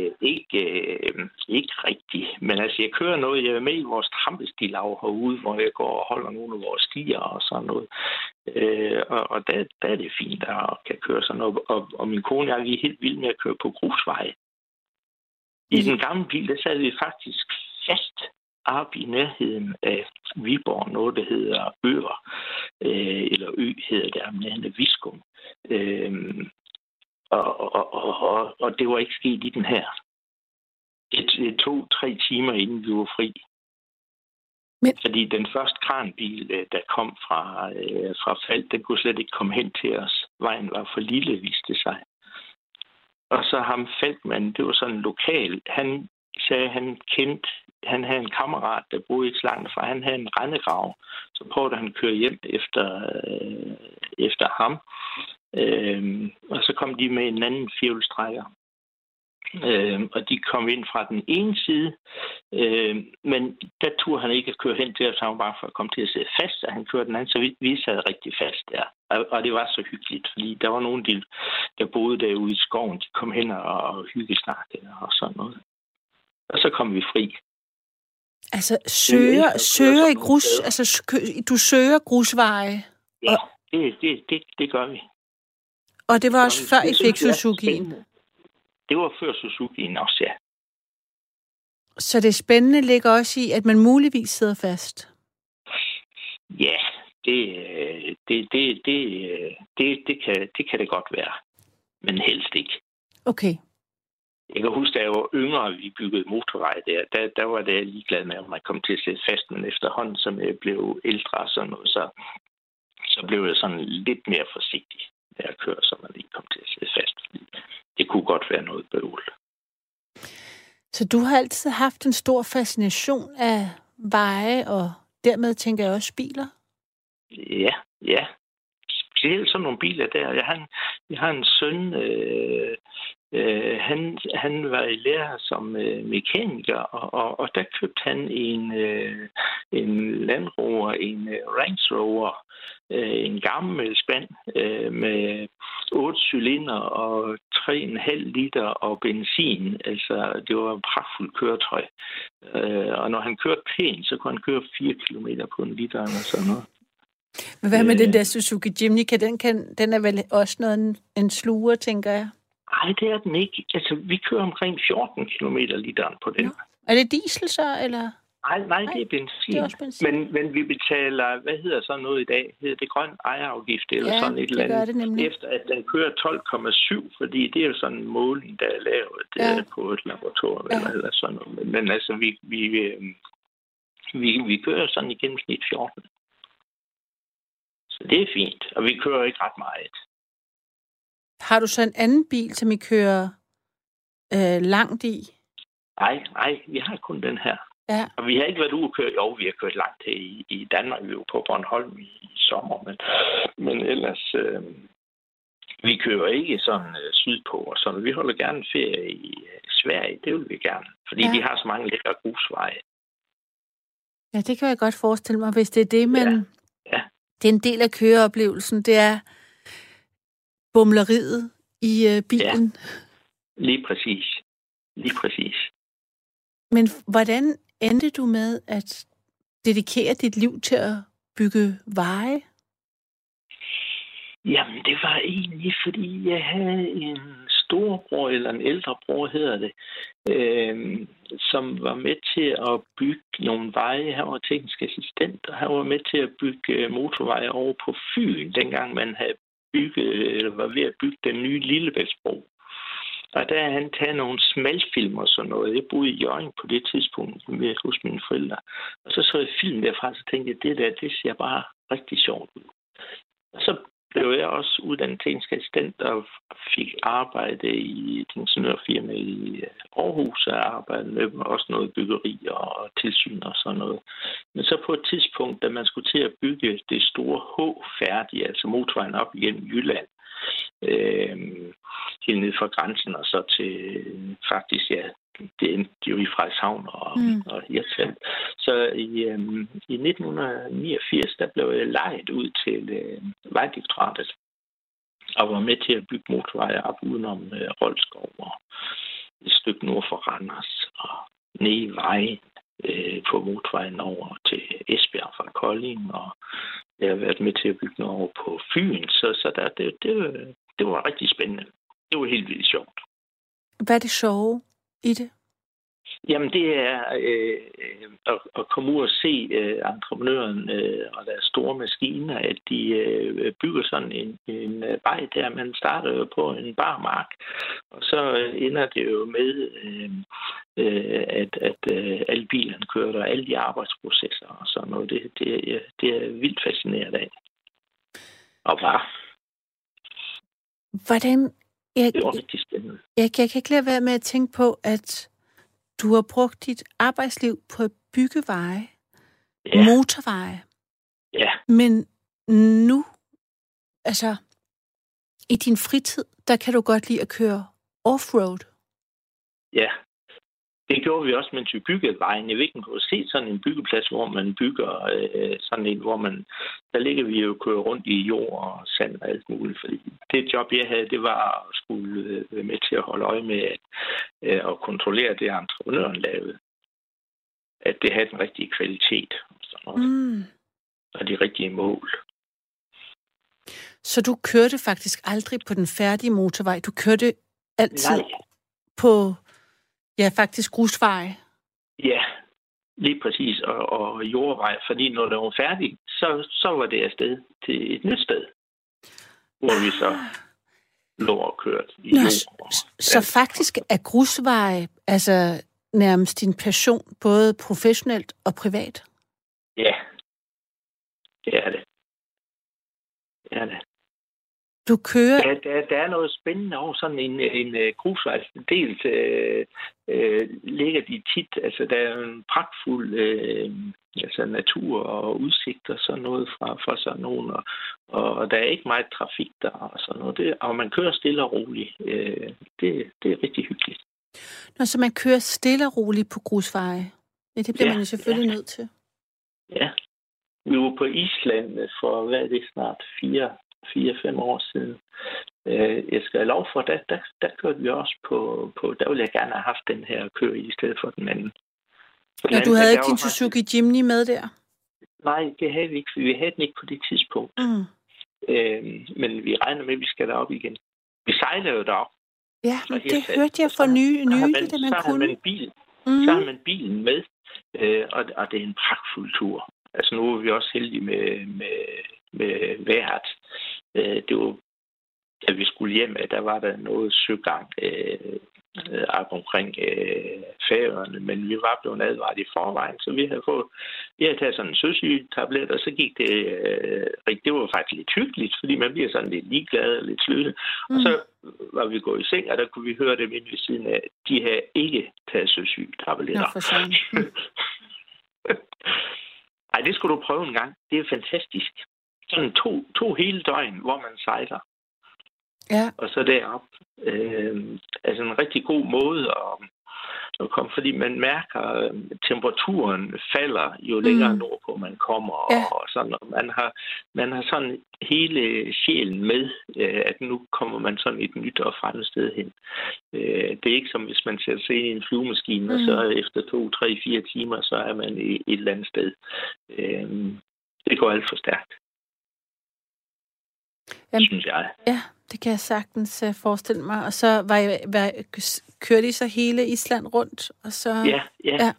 Ikke rigtigt. Men altså, jeg kører noget. Jeg er med i vores trampestilav herude, hvor jeg går og holder nogle af vores stier og sådan noget. Og der er det fint at kan køre sådan noget. Og min kone og jeg, vi er helt vilde med at køre på grusveje. I den gamle bil, der sad vi faktisk fast op i nærheden af Viborg, noget der hedder Øer, eller Ø hedder det, men det er Viskum. Og det var ikke sket i den her. Det tog 3 timer, inden vi var fri. Men... Fordi den første kranbil, der kom fra Falk, den kunne slet ikke komme hen til os. Vejen var for lille, viste sig. Og så ham Falkmand, det var sådan en lokal, han sagde, han havde en kammerat, der boede ikke så langt fra. Han havde en rendegrav. Så prøvede han at køre hjem efter ham. Og så kom de med en anden firehjulstrækker. Og de kom ind fra den ene side. Men der turde han ikke at køre hen til os. Han var bare for at komme til at sidde fast, og han kørte den anden. Så vi sad rigtig fast der. Og det var så hyggeligt, fordi der var nogen, der boede derude i skoven. De kom hen og hyggesnakkede og sådan noget. Og så kom vi fri. Altså, søger i grus... Altså, du søger grusveje? Ja, det gør vi. Og det var også før I fik Suzuki'en? Det var før Suzuki'en også, ja. Så det spændende ligger også i, at man muligvis sidder fast? Ja, det kan det godt være. Men helst ikke. Okay. Jeg kan huske, da jeg var yngre, vi byggede motorvej der var det ligeglad med, om man kom til at sætte fast, men efterhånden, som jeg blev ældre og sådan noget, så blev jeg sådan lidt mere forsigtig, med at køre, så man ikke kom til at sætte fast. Det kunne godt være noget bøvl. Så du har altid haft en stor fascination af veje, og dermed tænker jeg også biler? Ja. Specielt sådan nogle biler der. Jeg har en søn, han var i lære som mekaniker, og der købte han en Land Rover, en Range Rover, en gammel spand med 8 cylinder og 3,5 liter og benzin. Altså, det var et pragtfuldt køretøj. Og når han kørte pænt, så kunne han køre 4 kilometer på en liter eller sådan noget. Men hvad med den der Suzuki Jimny? Den er vel også noget en sluger, tænker jeg? Nej, det er den ikke. Altså, vi kører omkring 14 kilometer literen på den. Ja. Er det diesel så, eller? Nej, det er benzin. Det er benzin. Men vi betaler, hvad hedder sådan noget i dag? Hedder det grøn ejerafgift eller sådan et eller andet? Efter at den kører 12,7, fordi det er jo sådan en måling, der er lavet på et laboratorium eller sådan noget. Men altså, vi kører sådan i gennemsnit 14. Så det er fint, og vi kører ikke ret meget. Har du så en anden bil, som I kører langt i? Nej, vi har kun den her. Ja. Og vi har ikke været ude at køre. Jo, vi har kørt langt i Danmark. Vi var på Bornholm i sommer. Men ellers, vi kører ikke sådan sydpå. Og sådan. Vi holder gerne ferie i Sverige. Det vil vi gerne. Fordi de har så mange lækre grusveje. Ja, det kan jeg godt forestille mig. Hvis det er det, men det er en del af køreoplevelsen. Det er bumleriet i bilen. Ja, lige præcis. Men hvordan endte du med at dedikere dit liv til at bygge veje? Jamen, det var egentlig, fordi jeg havde en storebror, eller en ældre bror hedder det, som var med til at bygge nogle veje. Han var teknisk assistent, og han var med til at bygge motorveje over på Fyn, dengang man havde var ved at bygge den nye Lillebæltsbro. Og der havde han taget nogle smalfilm og sådan noget. Jeg boede i Hjørring på det tidspunkt hos mine forældre. Og så jeg film derfra, så tænkte jeg, det ser bare rigtig sjovt ud. Og så blev jeg også uddannet teknisk assistent og fik arbejde i et ingeniørfirma i Aarhus, og arbejdede med også noget byggeri og tilsyn og sådan noget. Men så på et tidspunkt, da man skulle til at bygge det store H færdigt, altså motorvejen op igennem Jylland, helt ned fra grænsen og så til faktisk, det endte jo i Frederikshavn og Hirtshals. Så i 1989, der blev jeg lejet ud til Vejdirektoratet og var med til at bygge motorveje op udenom Rolskov og et stykke nord for Randers og ned i vejen på motorvejen over til Esbjerg fra Kolding, og jeg har været med til at bygge noget over på Fyn, så det var rigtig spændende. Det var helt vildt sjovt. Hvad er det sjove i det? Jamen, det er at komme ud og se entreprenøren og deres store maskiner, at de bygger sådan en vej der. Man starter jo på en barmark, og så ender det jo med, at alle bilerne kører der, alle de arbejdsprocesser og sådan noget. Det er vildt fascinerende af. Og bare... Hvordan... Det var rigtig spændende. Jeg kan ikke lade være med at tænke på, at du har brugt dit arbejdsliv på at bygge veje, motorveje. Ja. Men nu, altså, i din fritid, der kan du godt lide at køre offroad. Ja, det gjorde vi også, mens vi byggede vejen. Jeg ved ikke, om du har set sådan en byggeplads, hvor man bygger sådan en, hvor man... Der ligger vi jo køre rundt i jord og sand og alt muligt. Fordi det job, jeg havde, det var at skulle være med til at holde øje med at kontrollere det, entreprenøren lavede. At det havde den rigtige kvalitet og sådan noget. Og de rigtige mål. Så du kørte faktisk aldrig på den færdige motorvej? Du kørte altid på... Ja, faktisk grusveje. Ja, lige præcis. Og jordvej, fordi når det var færdigt, så var det afsted til et nyt sted, hvor vi så lå og kørte i jord. Så faktisk er grusveje altså nærmest din passion, både professionelt og privat? Ja, det er det. Det er det. Du kører... Ja, der er noget spændende over sådan en grusvej. Dels ligger de tit, altså der er en pragtfuld natur og udsigt og sådan noget fra sådan nogen, og der er ikke meget trafik der og sådan noget. Og man kører stille og roligt. Det er rigtig hyggeligt. Nå, så man kører stille og roligt på grusveje? Ja, det bliver man jo selvfølgelig nødt til. Ja. Vi var på Island for, hvad er det, snart 4-5 år siden. Jeg skal have lov for, der kørte vi også på, der ville jeg gerne have haft den her køre i stedet for den anden. Ja, du havde ikke din Suzuki Jimny med der? Nej, det havde vi ikke, for vi havde den ikke på det tidspunkt. Men vi regner med, at vi skal derop igen. Vi sejler jo derop. Ja, men det hørte jeg for nylig, det man kunne. Så har man bilen med, og det er en pragtfuld tur. Altså nu er vi også heldige med vejret. Det var, da vi skulle hjem, der var der noget søgang op omkring Færøerne, men vi var blevet advaret i forvejen, så vi havde taget sådan en søsygetablet, og så gik det var faktisk lidt hyggeligt, fordi man bliver sådan lidt ligeglad og lidt sløset. Og så var vi gået i seng, og der kunne vi høre dem inde ved siden af, de havde ikke taget søsygetabletter. Ej, det skulle du prøve en gang. Det er fantastisk. Sådan to hele døgn, hvor man sejler. Ja. Og så derop. Altså en rigtig god måde at komme, fordi man mærker, at temperaturen falder jo længere nordpå man kommer. Ja. Og sådan, og man har sådan hele sjælen med, at nu kommer man sådan et nyt og fremmed sted hen. Det er ikke som hvis man sætter sig i en flyvemaskine, og så efter 2, 3, 4 timer, så er man et eller andet sted. Det går alt for stærkt. Jamen, synes jeg. Ja, det kan jeg sagtens forestille mig. Og så kørte I så hele Island rundt? Og så... Ja.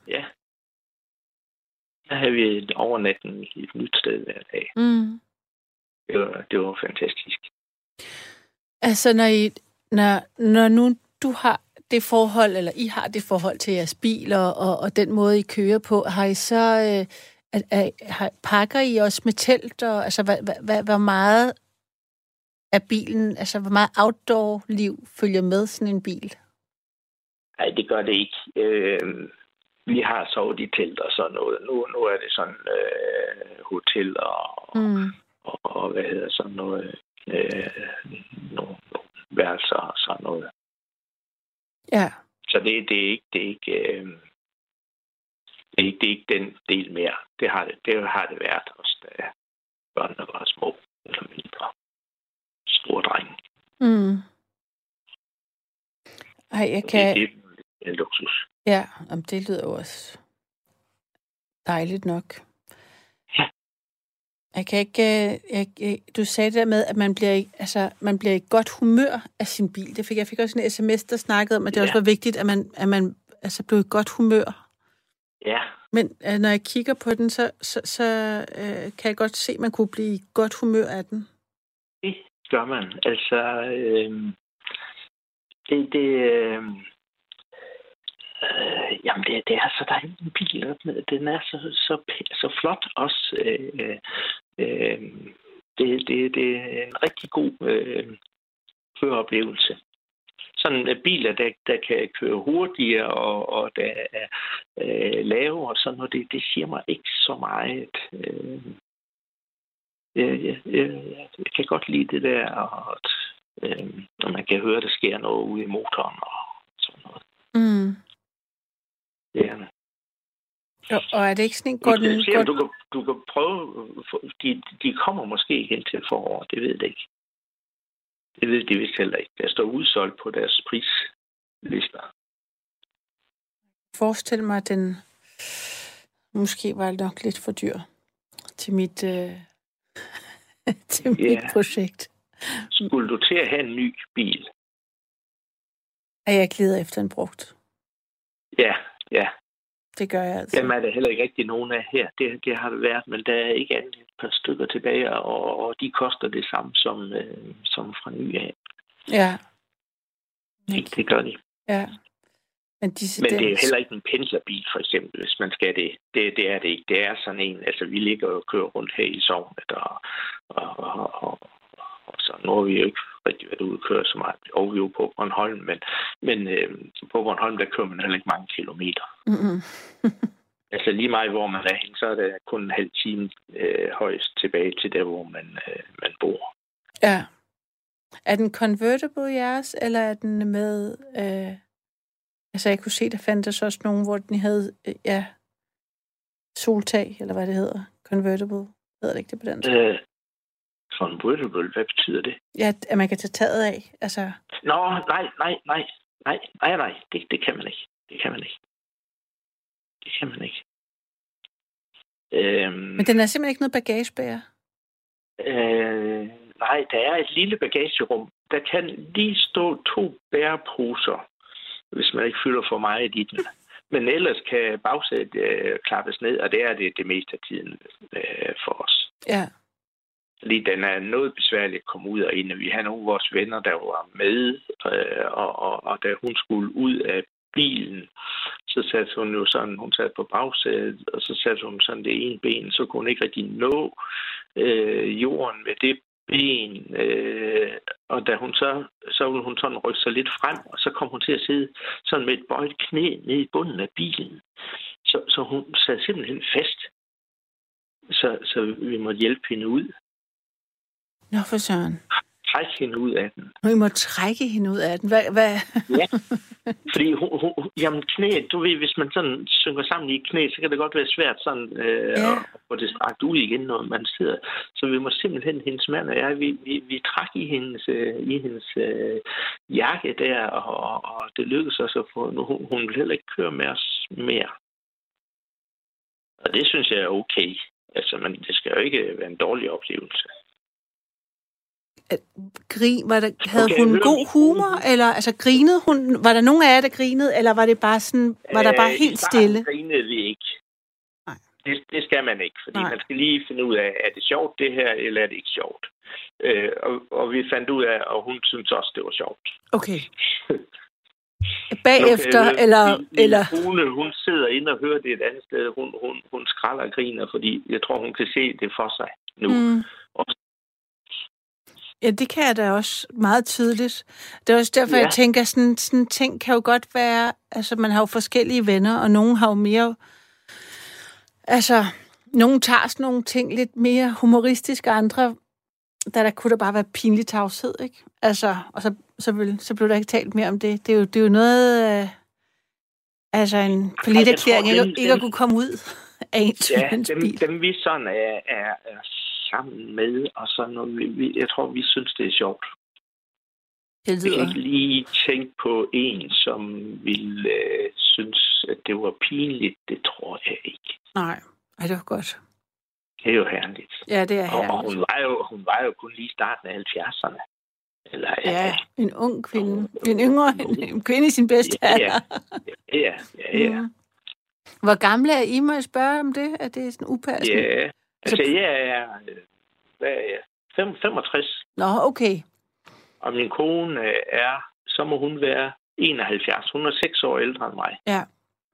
Der havde vi et overnatning i et nyt sted hver dag. Det var fantastisk. Altså, når nu du har det forhold, eller I har det forhold til jeres biler, og den måde, I kører på, har I så... pakker I også med telt? Og, altså, hvor meget af bilen, altså hvor meget outdoor-liv følger med sådan en bil? Nej, det gør det ikke. Vi har sovet i telt og sådan noget. Nu er det sådan hotel og hvad hedder sådan noget, nogle værelser og sådan noget. Ja. Så det er ikke den del mere. Det har det været også, da børnene var små eller mindre. Store drenge. Ej, jeg kan... Det er en luksus. Ja, det lyder jo også dejligt nok. Ja. Jeg kan ikke... du sagde det der med, at man bliver i godt humør af sin bil. Jeg fik også en sms, der snakkede om, at det også var vigtigt, at man blev i godt humør. Ja. Men når jeg kigger på den, så kan jeg godt se, at man kunne blive i godt humør af den. Det gør man. Altså, jamen det er så dejligt en bil. Den er så flot også. Det er en rigtig god køreoplevelse. Sådan biler, der kan køre hurtigere, og der er lave og sådan noget, det siger mig ikke så meget. Jeg kan godt lide det der, og man kan høre, der sker noget ude i motoren og sådan noget. Ja. Og er det ikke sådan en godt... Du kan prøve... De kommer måske igen til forår, det ved jeg ikke. Det ved de vist heller ikke. Der står udsolgt på deres prislister. Forestil mig, at den måske var nok lidt for dyr til mit... til mit projekt. Skulle du til at have en ny bil? Er jeg glider efter en brugt? Ja. Det gør jeg altså. Dem er der heller ikke rigtig nogen af her. Det har det været, men der er ikke andet et par stykker tilbage, og de koster det samme som fra ny af. Ja. Det gør de. Ja. Men det er heller ikke en pendlerbil, for eksempel, hvis man skal det. Det er det ikke. Det er sådan en, altså vi ligger og kører rundt her i sognet, og så nu har vi jo ikke rigtig været ude og køre så meget. Og vi er jo på Bornholm, men på Bornholm, der kører man heller ikke mange kilometer. Altså lige meget, hvor man er hen, så er det kun en halv time højst tilbage til der, hvor man bor. Ja. Er den convertible jeres, eller er den med... Altså, jeg kunne se, der fandtes også nogen, hvor den havde, soltag, eller hvad det hedder. Convertible. Hedder det ikke det på dansk? Convertible, hvad betyder det? Ja, at man kan tage taget af. Altså... Nå, nej. Det kan man ikke. Det kan man ikke. Men den er simpelthen ikke noget bagagebærer? Nej, der er et lille bagagerum. Der kan lige stå 2 bæreposer, hvis man ikke fylder for meget i den. Men ellers kan bagsædet klappes ned, og det er det meste af tiden for os. Ja. Fordi den er noget besværligt at komme ud og ind. Vi har nogle af vores venner, der var med, og da hun skulle ud af bilen, så satte hun jo sådan, hun satte på bagsædet, og så satte hun sådan det ene ben, så kunne hun ikke rigtig nå jorden med det ben, og da hun så ville hun sådan rykke sig lidt frem, og så kom hun til at sidde sådan med et bøjet knæ nede i bunden af bilen. Så hun sad simpelthen fast. Så vi måtte hjælpe hende ud. Nå, for søren. Trække hende ud af den. Vi må trække hende ud af den. Hvad? Ja, fordi jamen knæet, du ved, hvis man sådan synker sammen i knæ, så kan det godt være svært sådan at få det strakt ud igen, når man sidder. Så vi må simpelthen, hendes mand og jeg, vi trak i hendes jakke der, og det lykkedes os at få, hun vil heller ikke køre med os mere. Og det synes jeg er okay. Altså, men det skal jo ikke være en dårlig oplevelse. Havde hun god humor, eller altså grinede hun? Var der nogen af jer, der grinede, eller var det bare sådan, var der bare helt stille? Grinede vi ikke. Nej. Det skal man ikke, fordi man skal lige finde ud af, er det sjovt det her, eller er det ikke sjovt? Og vi fandt ud af, og hun synes også, det var sjovt. Okay. Bagefter, eller... Hun sidder inde og hører det et andet sted. Hun skralder og griner, fordi jeg tror, hun kan se det for sig nu. Ja, det kan jeg da også meget tydeligt. Det er også derfor, jeg tænker, sådan ting kan jo godt være... Altså, man har jo forskellige venner, og nogen har jo mere... Altså, nogen tager sådan nogle ting lidt mere humoristisk, og andre... Der kunne der bare være pinlig tavshed, ikke? Altså, og så blev der ikke talt mere om det. Det er jo noget... altså, en politikerklæring ikke at kunne komme ud af ens bil. Dem vi sådan er sammen med, og så jeg tror, vi synes, det er sjovt. Vi kan ikke lige tænke på en, som ville synes, at det var pinligt. Det tror jeg ikke. Nej, det var godt. Det er jo herligt. Ja, det er herligt. Og hun var jo kun lige i starten af 70'erne. Eller, en ung kvinde. En yngre kvinde i sin bedste alder. Ja. Hvor gamle er I, må jeg spørge om det? Er det sådan upassende? Ja, altså jeg er 65. Nå, okay. Og min kone så må hun være 71. Hun er 6 år ældre end mig. Ja.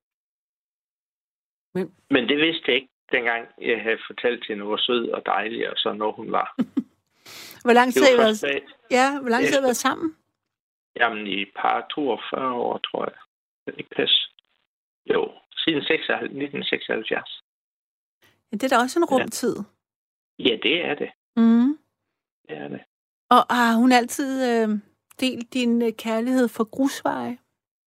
Men det vidste jeg ikke, dengang jeg havde fortalt til hende, hvor sød og dejlig, og så når hun var. Hvor lang tid har I været sammen? Jamen i par 42 år, tror jeg. Det er ikke pas. Jo, siden 1976. Ja, det er da også en rumtid. Ja, det er det. Mm. Det er det. Og har hun altid delt din kærlighed for grusveje?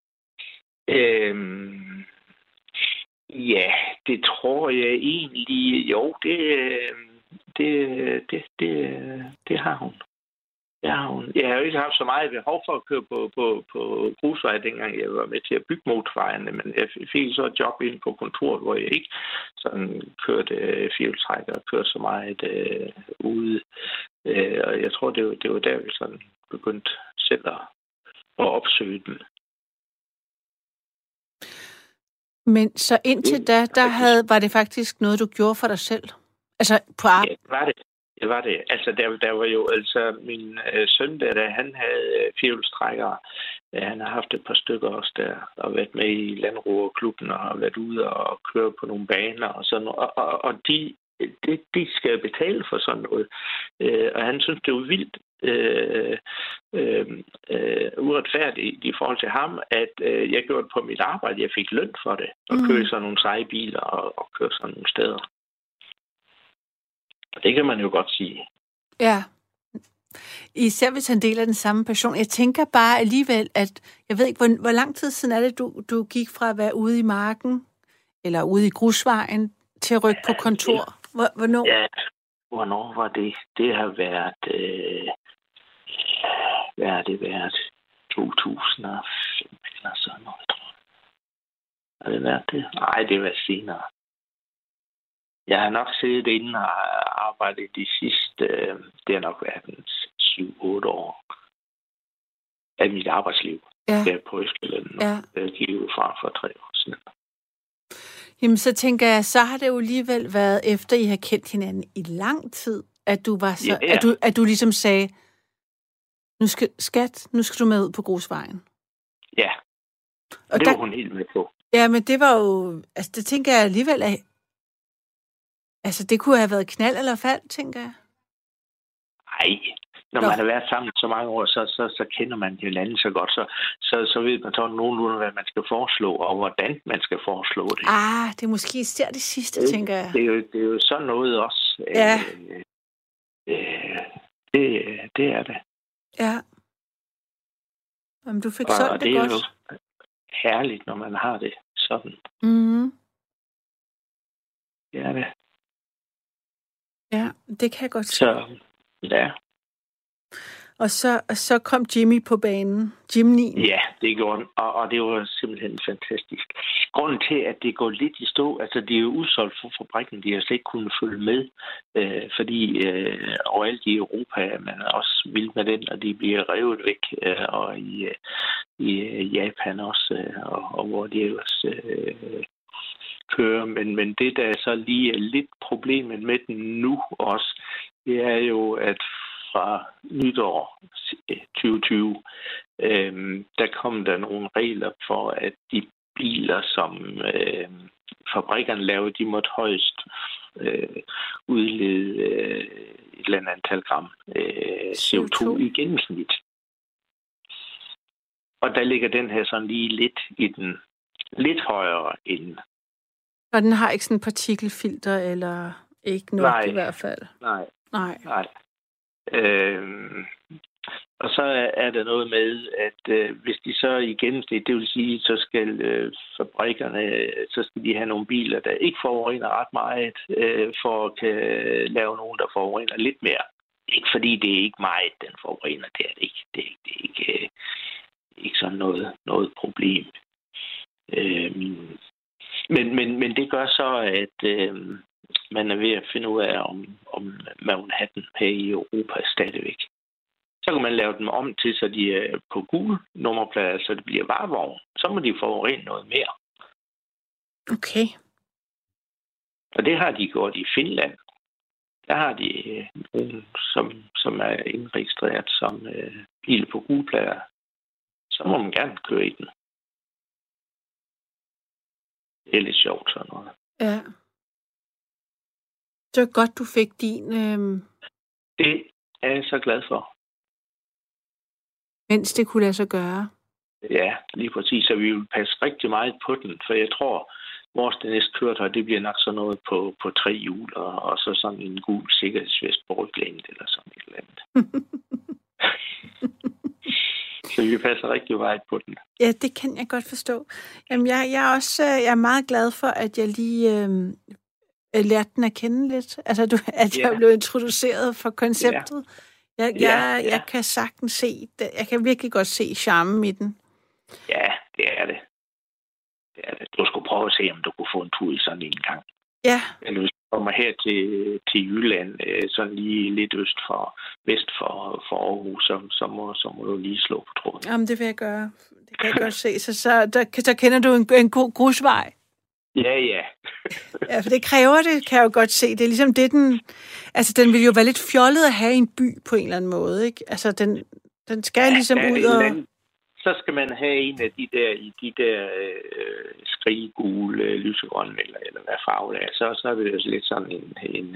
Ja, det tror jeg egentlig. Jo, det har hun. Jeg har jo ikke haft så meget behov for at køre på grusvej, dengang jeg var med til at bygge motorvejene, men jeg fik så et job inde på kontoret, hvor jeg ikke sådan kørte firehjulstrækker og kørte så meget ude. Og jeg tror, det var der, vi sådan begyndte selv at opsøge den. Men så indtil da var det faktisk noget, du gjorde for dig selv? Altså på arbejde? Ja, det var det. Altså, der var jo min søn, da han havde firehjulstrækkere. Han har haft et par stykker også der, og været med i Landroverklubben, og har været ude og køre på nogle baner og sådan noget. Og de skal betale for sådan noget. Og han synes, det var vildt uretfærdigt i forhold til ham, at jeg gjorde det på mit arbejde. Jeg fik løn for det, og køre sådan nogle seje biler og køre sådan nogle steder. Og det kan man jo godt sige. Ja. Især hvis han deler den samme passion. Jeg tænker bare alligevel, at jeg ved ikke, hvor lang tid siden er det, du gik fra at være ude i marken, eller ude i grusvejen, til at rykke på kontor? Hvornår? Ja, Hvornår var det? Det har været... hvad har det været? 2005 eller sådan noget, tror jeg. Har det været det? Nej, det var senere. Jeg har nok siddet inde og arbejdet de sidste... det har nok været 7-8 år af mit arbejdsliv. Der på Østjylland. Ja. Jeg gik ud fra for 3 år siden. Jamen, så tænker jeg, så har det jo alligevel været, efter I har kendt hinanden i lang tid, at du var så... Ja. At du ligesom sagde, nu skal du med ud på grusvejen. Ja, og det var hun helt med på. Ja, men det var jo... Altså, det tænker jeg alligevel, at... Altså, det kunne have været knald eller fald, tænker jeg. Nej, når man har været sammen så mange år, så kender man hinanden så godt, så ved man sådan nogenlunde, hvad man skal foreslå, og hvordan man skal foreslå det. Det er måske især det sidste, tænker jeg. Det er jo sådan noget også. Ja. Det er det. Ja. Jamen, du fik sådan det godt. Og det er jo herligt, når man har det sådan. Mhm. Det er det. Ja, det kan jeg godt se. Så, ja. Og så kom Jimmy på banen. Jimny. Ja, det gjorde den. Og det var simpelthen fantastisk. Grunden til, at det går lidt i stå, altså det er jo udsolgt for fabrikken, de har slet ikke kunnet følge med, fordi overalt i Europa er man også vild med den, og de bliver revet væk, og i Japan også, og hvor de ellers kører. Men det, der så lige er lidt problemet med den nu også, det er jo, at fra nytår 2020, der kom der nogle regler for, at de biler, som fabrikkerne lavede, de måtte højst udlede et eller andet antal gram CO2 i gennemsnit. Og der ligger den her sådan lige lidt i den lidt højere ende. Og den har ikke sådan en partikelfilter, eller ikke noget i hvert fald? Nej. Og så er der noget med, at hvis de så i gennemsnit, det vil sige, så skal fabrikkerne, så skal de have nogle biler, der ikke forurener ret meget, for at kan lave nogen, der forurener lidt mere. Ikke fordi det er ikke meget, den forurener, det er det ikke. Det er ikke sådan noget problem. Men det gør så, at man er ved at finde ud af, om man vil have den her i Europa stadigvæk. Så kan man lave dem om til, så de er på gul nummerplader, så det bliver varevogn. Så må de forurene noget mere. Okay. Og det har de gjort i Finland. Der har de nogen, som er indregistreret som bil på gulplader. Så må man gerne køre i den. Det er lidt sjovt sådan noget. Ja. Det var godt, du fik din... Det er jeg så glad for. Mens det kunne lade sig gøre. Ja, lige præcis. Så vi vil passe rigtig meget på den, for jeg tror, vores det næste køretøj, det bliver nok sådan noget på 3 hjul, og så sådan en gul sikkerhedsvest på ryglænet, eller sådan et eller andet. Så vi passer rigtig meget på den. Ja, det kan jeg godt forstå. Jamen, jeg er meget glad for, at jeg lige lærte den at kende lidt. Altså, at jeg blev introduceret for konceptet. Jeg kan sagtens se det. Jeg kan virkelig godt se charmen i den. Ja, det er det. Du skulle prøve at se, om du kunne få en tur i sådan en gang. Ja. Eller hvis du kommer her til Jylland, sådan lige lidt vest for Aarhus, så må du lige slå på tråden. Jamen, det vil jeg gøre. Det kan jeg godt se. Så kender du en god grusvej. Ja. Ja, for det kræver det, kan jeg jo godt se. Det er ligesom det, den vil jo være lidt fjollet at have i en by på en eller anden måde, ikke? Altså, den skal ligesom ud og... Så skal man have en af de der skriggule, lysegrønne, eller hvad farve det er. Så er det jo lidt sådan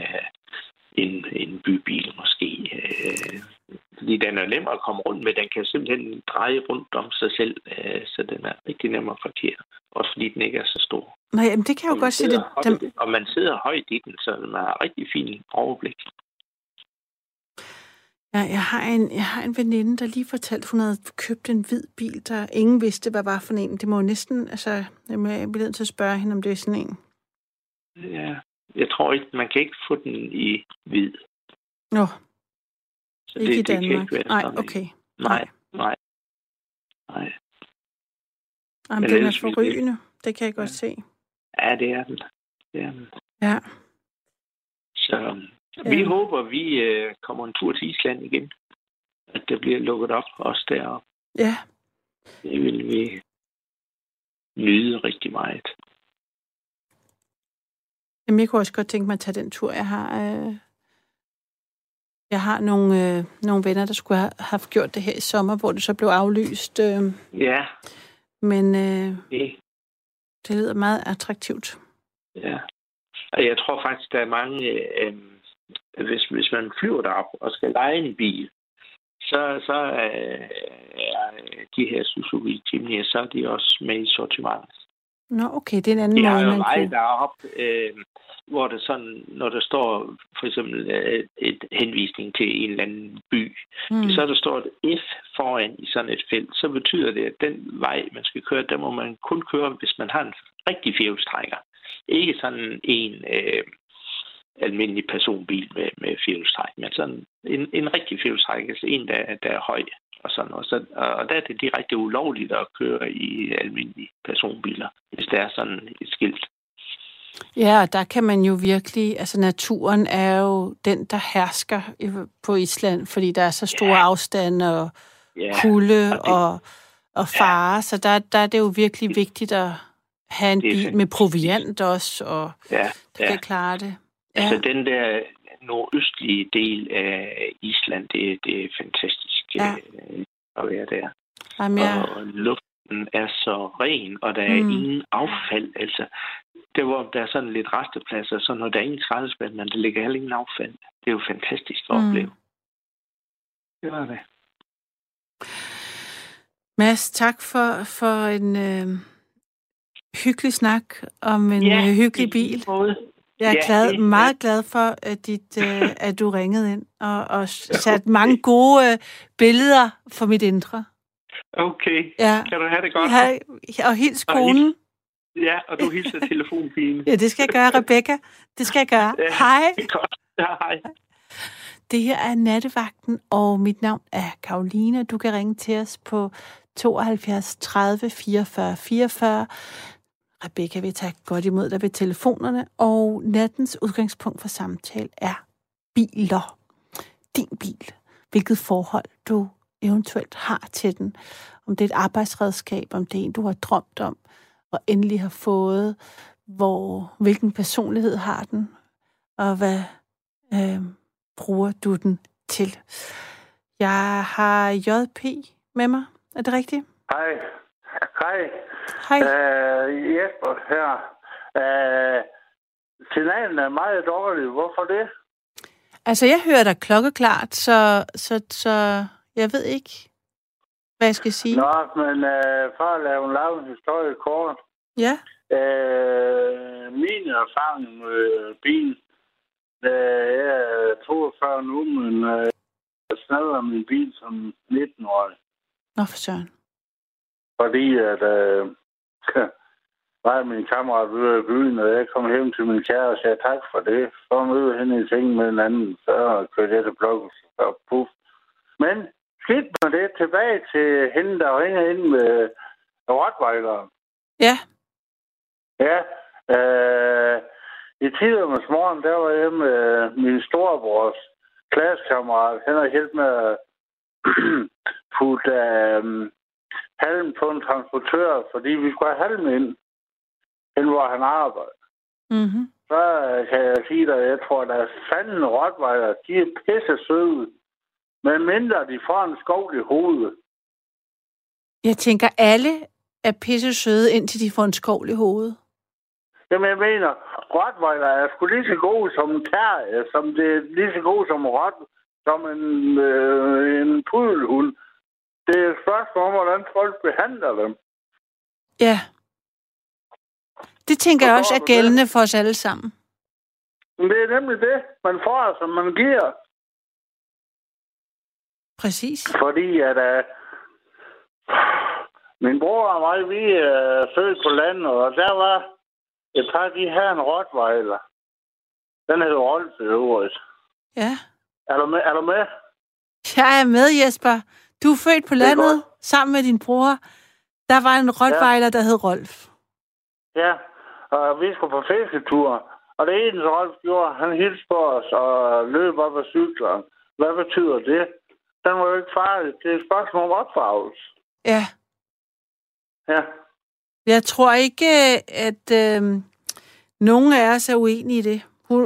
en bybil måske. Fordi den er nem at komme rundt med. Den kan simpelthen dreje rundt om sig selv, så den er rigtig nem at parkere. Også fordi den ikke er så stor. Nej, jamen det kan jeg jo godt se. Og man sidder højt i den, så man har rigtig fin overblik. Ja, jeg har en veninde, der lige fortalte, hun havde købt en hvid bil, der ingen vidste, hvad var for en. Det må jo næsten, jeg bliver nødt til at spørge hende, om det er sådan en. Jeg tror ikke, man kan ikke få den i hvid. Nå, Så ikke i det kan Danmark. ikke være Nej, sådan. okay. Nej. Jamen, Men den er ellers vil forrygende. Det kan jeg godt se. Ja, det er den. Ja. Så vi håber, vi kommer en tur til Island igen. At det bliver lukket op, også deroppe. Ja. Det vil vi nyde rigtig meget. Jamen, jeg kunne også godt tænke mig at tage den tur. Jeg har nogle venner, der skulle have haft gjort det her i sommer, hvor det så blev aflyst. Ja. Men det lyder meget attraktivt. Ja. Og jeg tror faktisk, der er mange, hvis man flyver derop og skal leje en bil, så er de her Suzuki Jimny, så er de også med i sortimentet. Nå, okay, det er en anden måde, man kunne... Jeg har jo deroppe, hvor det sådan, når der står for eksempel et henvisning til en eller anden by, så der står et F foran i sådan et felt, så betyder det, at den vej, man skal køre, der må man kun køre, hvis man har en rigtig firehjulstrækker. Ikke sådan en almindelig personbil med firehjulstræk, men sådan en rigtig firehjulstrækker, altså en, der er høj og sådan noget. Og der er det direkte ulovligt at køre i almindelige personbiler, hvis der er sådan et skilt. Ja, og der kan man jo virkelig... Altså, naturen er jo den, der hersker på Island, fordi der er så store afstande og kulde og fare, så der er det jo virkelig vigtigt at have en bil med proviant også, og der kan klare det. Ja. Altså, den der nordøstlige del af Island, det er fantastisk at være der. Jamen, og luften er så ren, og der er ingen affald. Altså, der er sådan lidt restepladser, så når der er ingen skraldespand, men der ligger heller ingen affald. Det er jo fantastisk at opleve. Det var det. Mads, tak for en hyggelig snak om en hyggelig bil. Jeg er meget glad for, at du ringede ind og satte mange gode billeder for mit indre. Okay, kan du have det godt? Og hils konen. Ja, og du hilser telefonpigen. Ja, det skal jeg gøre, Rebecca. Det skal jeg gøre. Ja, hej. Godt. Ja, hej. Det her er Nattevagten, og mit navn er Karoline. Du kan ringe til os på 72 30 44 44. Rebecca vil tage godt imod dig ved telefonerne, og nattens udgangspunkt for samtale er biler. Din bil. Hvilket forhold du eventuelt har til den. Om det er et arbejdsredskab, om det er en, du har drømt om, og endelig har fået, hvilken personlighed har den, og hvad bruger du den til. Jeg har JP med mig. Er det rigtigt? Hej. Hej. Jesper her. Signalen er meget dårlig. Hvorfor det? Altså, jeg hører dig klokkeklart, så jeg ved ikke, hvad jeg skal sige. Nå, men for at lave en lang historie kort. Ja. Min erfaring med bil, jeg er 42 nu, men jeg snakker om min bil som 19-årig. Nå, for søren. Fordi at mig og min kammerat ude i byen, og jeg kom hjem til min kære og sagde tak for det. For at møde hende i sengen med en anden, så kørte jeg til blokken og puff. Men skidt med det tilbage til hende, der ringer ind med rottweileren. Ja. Ja. I tidernes morgen, der var jeg med min storebrors klassekammerat. Han har hjælp med at putte halm på en transportør, fordi vi skulle have halm ind, hvor han arbejder. Mm-hmm. Så kan jeg sige dig, jeg tror, der er fanden rottweiler, de er pisse søde, men mindre de får en skovl i hovedet. Jeg tænker, alle er pisse søde, indtil de får en skovl i hovedet. Jamen, jeg mener, rottweiler er sgu lige så gode som en terrier, som det er lige så gode som en pudelhund. Det er et spørgsmål om, hvordan folk behandler dem. Ja. Det tænker jeg også er gældende for os alle sammen. Men det er nemlig det, man får, som man giver. Præcis. Fordi at min bror og mig, vi er født på landet, og der var et par, de havde en rottweiler. Den hedder Rolf i øvrigt. Ja. Er du med? Jeg er med, Jesper. Du er født på landet sammen med din bror. Der var en rottweiler, der hed Rolf. Ja, og vi skulle på fisketur. Og det eneste Rolf gjorde, han hilste på os og løb op ad cykleren. Hvad betyder det? Den var jo ikke farlig. Det er et spørgsmål om opdragelse. Ja. Ja. Jeg tror ikke, at nogen af os er uenige i det.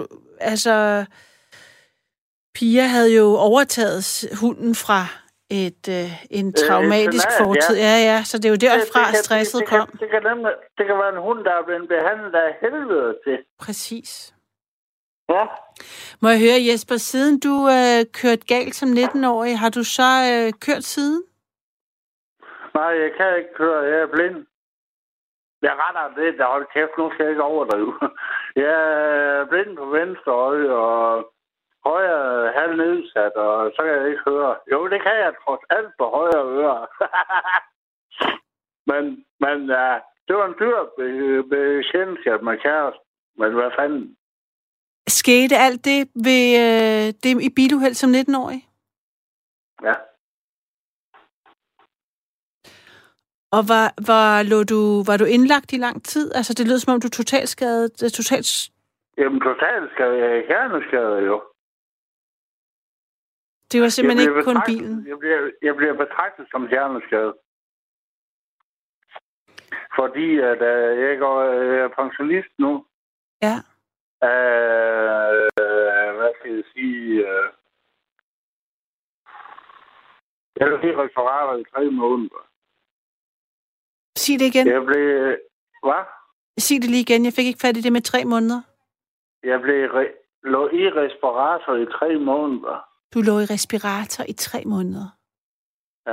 Pia havde jo overtaget hunden fra en traumatisk fortid. Ja, så det er jo derfra, stresset kom. Det kan være en hund, der er blevet behandlet af helvede til. Præcis. Ja. Må jeg høre, Jesper, siden du kørte galt som 19-årig, har du så kørt siden? Nej, jeg kan ikke køre. Jeg er blind. Jeg retter det, der holder kæft. Nu skal jeg ikke overdrive. Jeg er blind på venstre øje, og højre halv nedsat, og så kan jeg ikke høre. Jo, det kan jeg trods alt på højre øre. men det var en dyr bekendtskab med kæreste. Men hvad fanden? Skete alt det ved det i biluheld som 19-årig? Ja. Og var du indlagt i lang tid? Altså, det lød som om, du totalskadet. Jamen, totalskadet. Hjerneskadet jo. Det var simpelthen ikke kun bilen? Jeg bliver betragtet som hjerneskadet. Fordi at jeg er pensionist nu. Ja. Hvad skal jeg sige? Jeg er helt restaurater i 3 måneder. Sig det igen. Hvad? Sig det lige igen. Jeg fik ikke fat i det med 3 måneder. Jeg lå i respirator i 3 måneder. Du lå i respirator i 3 måneder? Ja.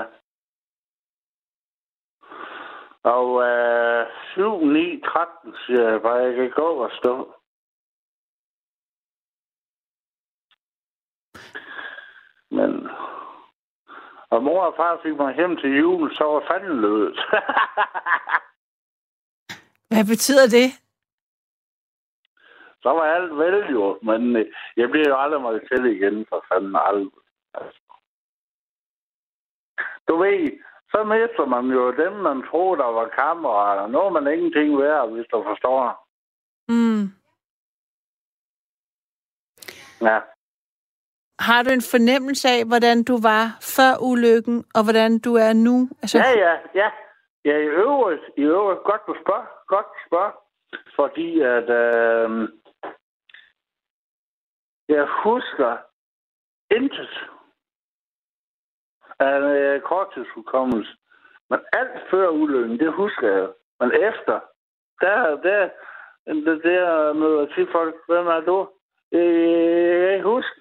Og 7, 9, 13 siger jeg bare, jeg kan gå og stå. Men... Og mor og far fik mig hjem til jul, så var fanden lødet. Hvad betyder det? Så var alt velgjort, men jeg bliver jo aldrig mig selv igen, for fanden aldrig. Altså. Du ved, så mister man jo dem, man troede, der var kammerater. Nu er man ingenting værd, hvis du forstår. Mm. Ja. Har du en fornemmelse af, hvordan du var før ulykken, og hvordan du er nu? Altså... Ja. Ja, i øvrigt. Godt du spørger. Fordi at jeg husker intet af korttidshukommelse. Men alt før ulykken, det husker jeg. Men efter, der møder til folk, hvem er du? Jeg husker.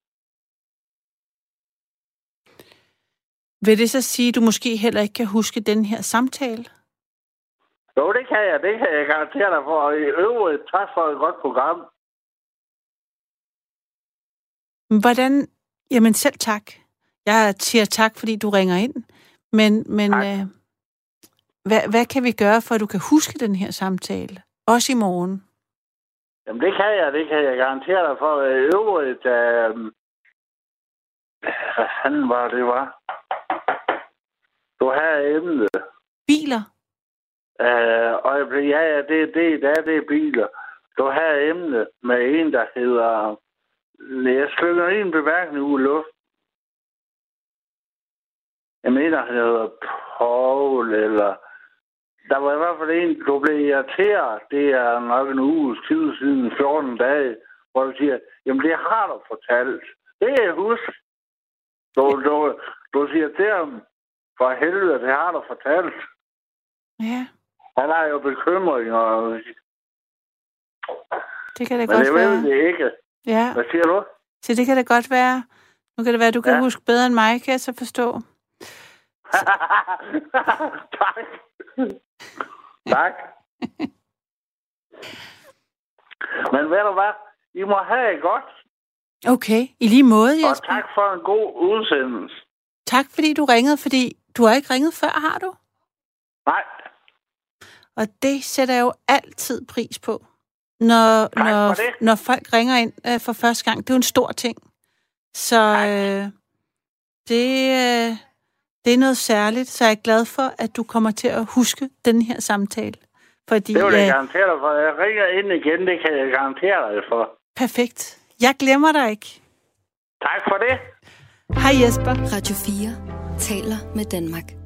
Vil det så sige, at du måske heller ikke kan huske den her samtale? Jo, det kan jeg. Det kan jeg garantere dig for. Og i øvrigt, tak for et godt program. Hvordan? Jamen selv tak. Jeg siger tak, fordi du ringer ind. Men hvad kan vi gøre, for at du kan huske den her samtale? Også i morgen. Jamen det kan jeg. Det kan jeg garantere dig for. I øvrigt, hvad fanden var det, var? Du har emnet. Biler? Det er biler. Du har emnet med en, der hedder... Jeg slynger en bemærkning ud i luft. Jeg mener, han hedder Paul, eller... Der var i hvert fald en, du blev irriteret. Det er nok en uges tid siden, 14 dage, hvor du siger, jamen det har du fortalt. Det er jeg husk. Du siger til ham, for helvede, det har du fortalt. Ja. Han har jo bekymringer. Det kan det godt være. Men jeg ved det ikke. Ja. Hvad siger du? Så det kan det godt være. Nu kan det være, at du kan huske bedre end mig, kan jeg så forstå. Tak. Men ved du hvad? I må have det godt. Okay, i lige måde, Jesper. Og tak for en god udsendelse. Tak, fordi du ringede, fordi du har ikke ringet før, har du? Nej. Og det sætter jeg jo altid pris på. når folk ringer ind for første gang. Det er jo en stor ting. Så det er noget særligt, så jeg er glad for, at du kommer til at huske den her samtale. Fordi, det vil jeg garantere dig for. Jeg ringer ind igen, det kan jeg garantere dig for. Perfekt. Jeg glemmer dig ikke. Tak for det. Hej Jesper. Radio 4 taler med Danmark.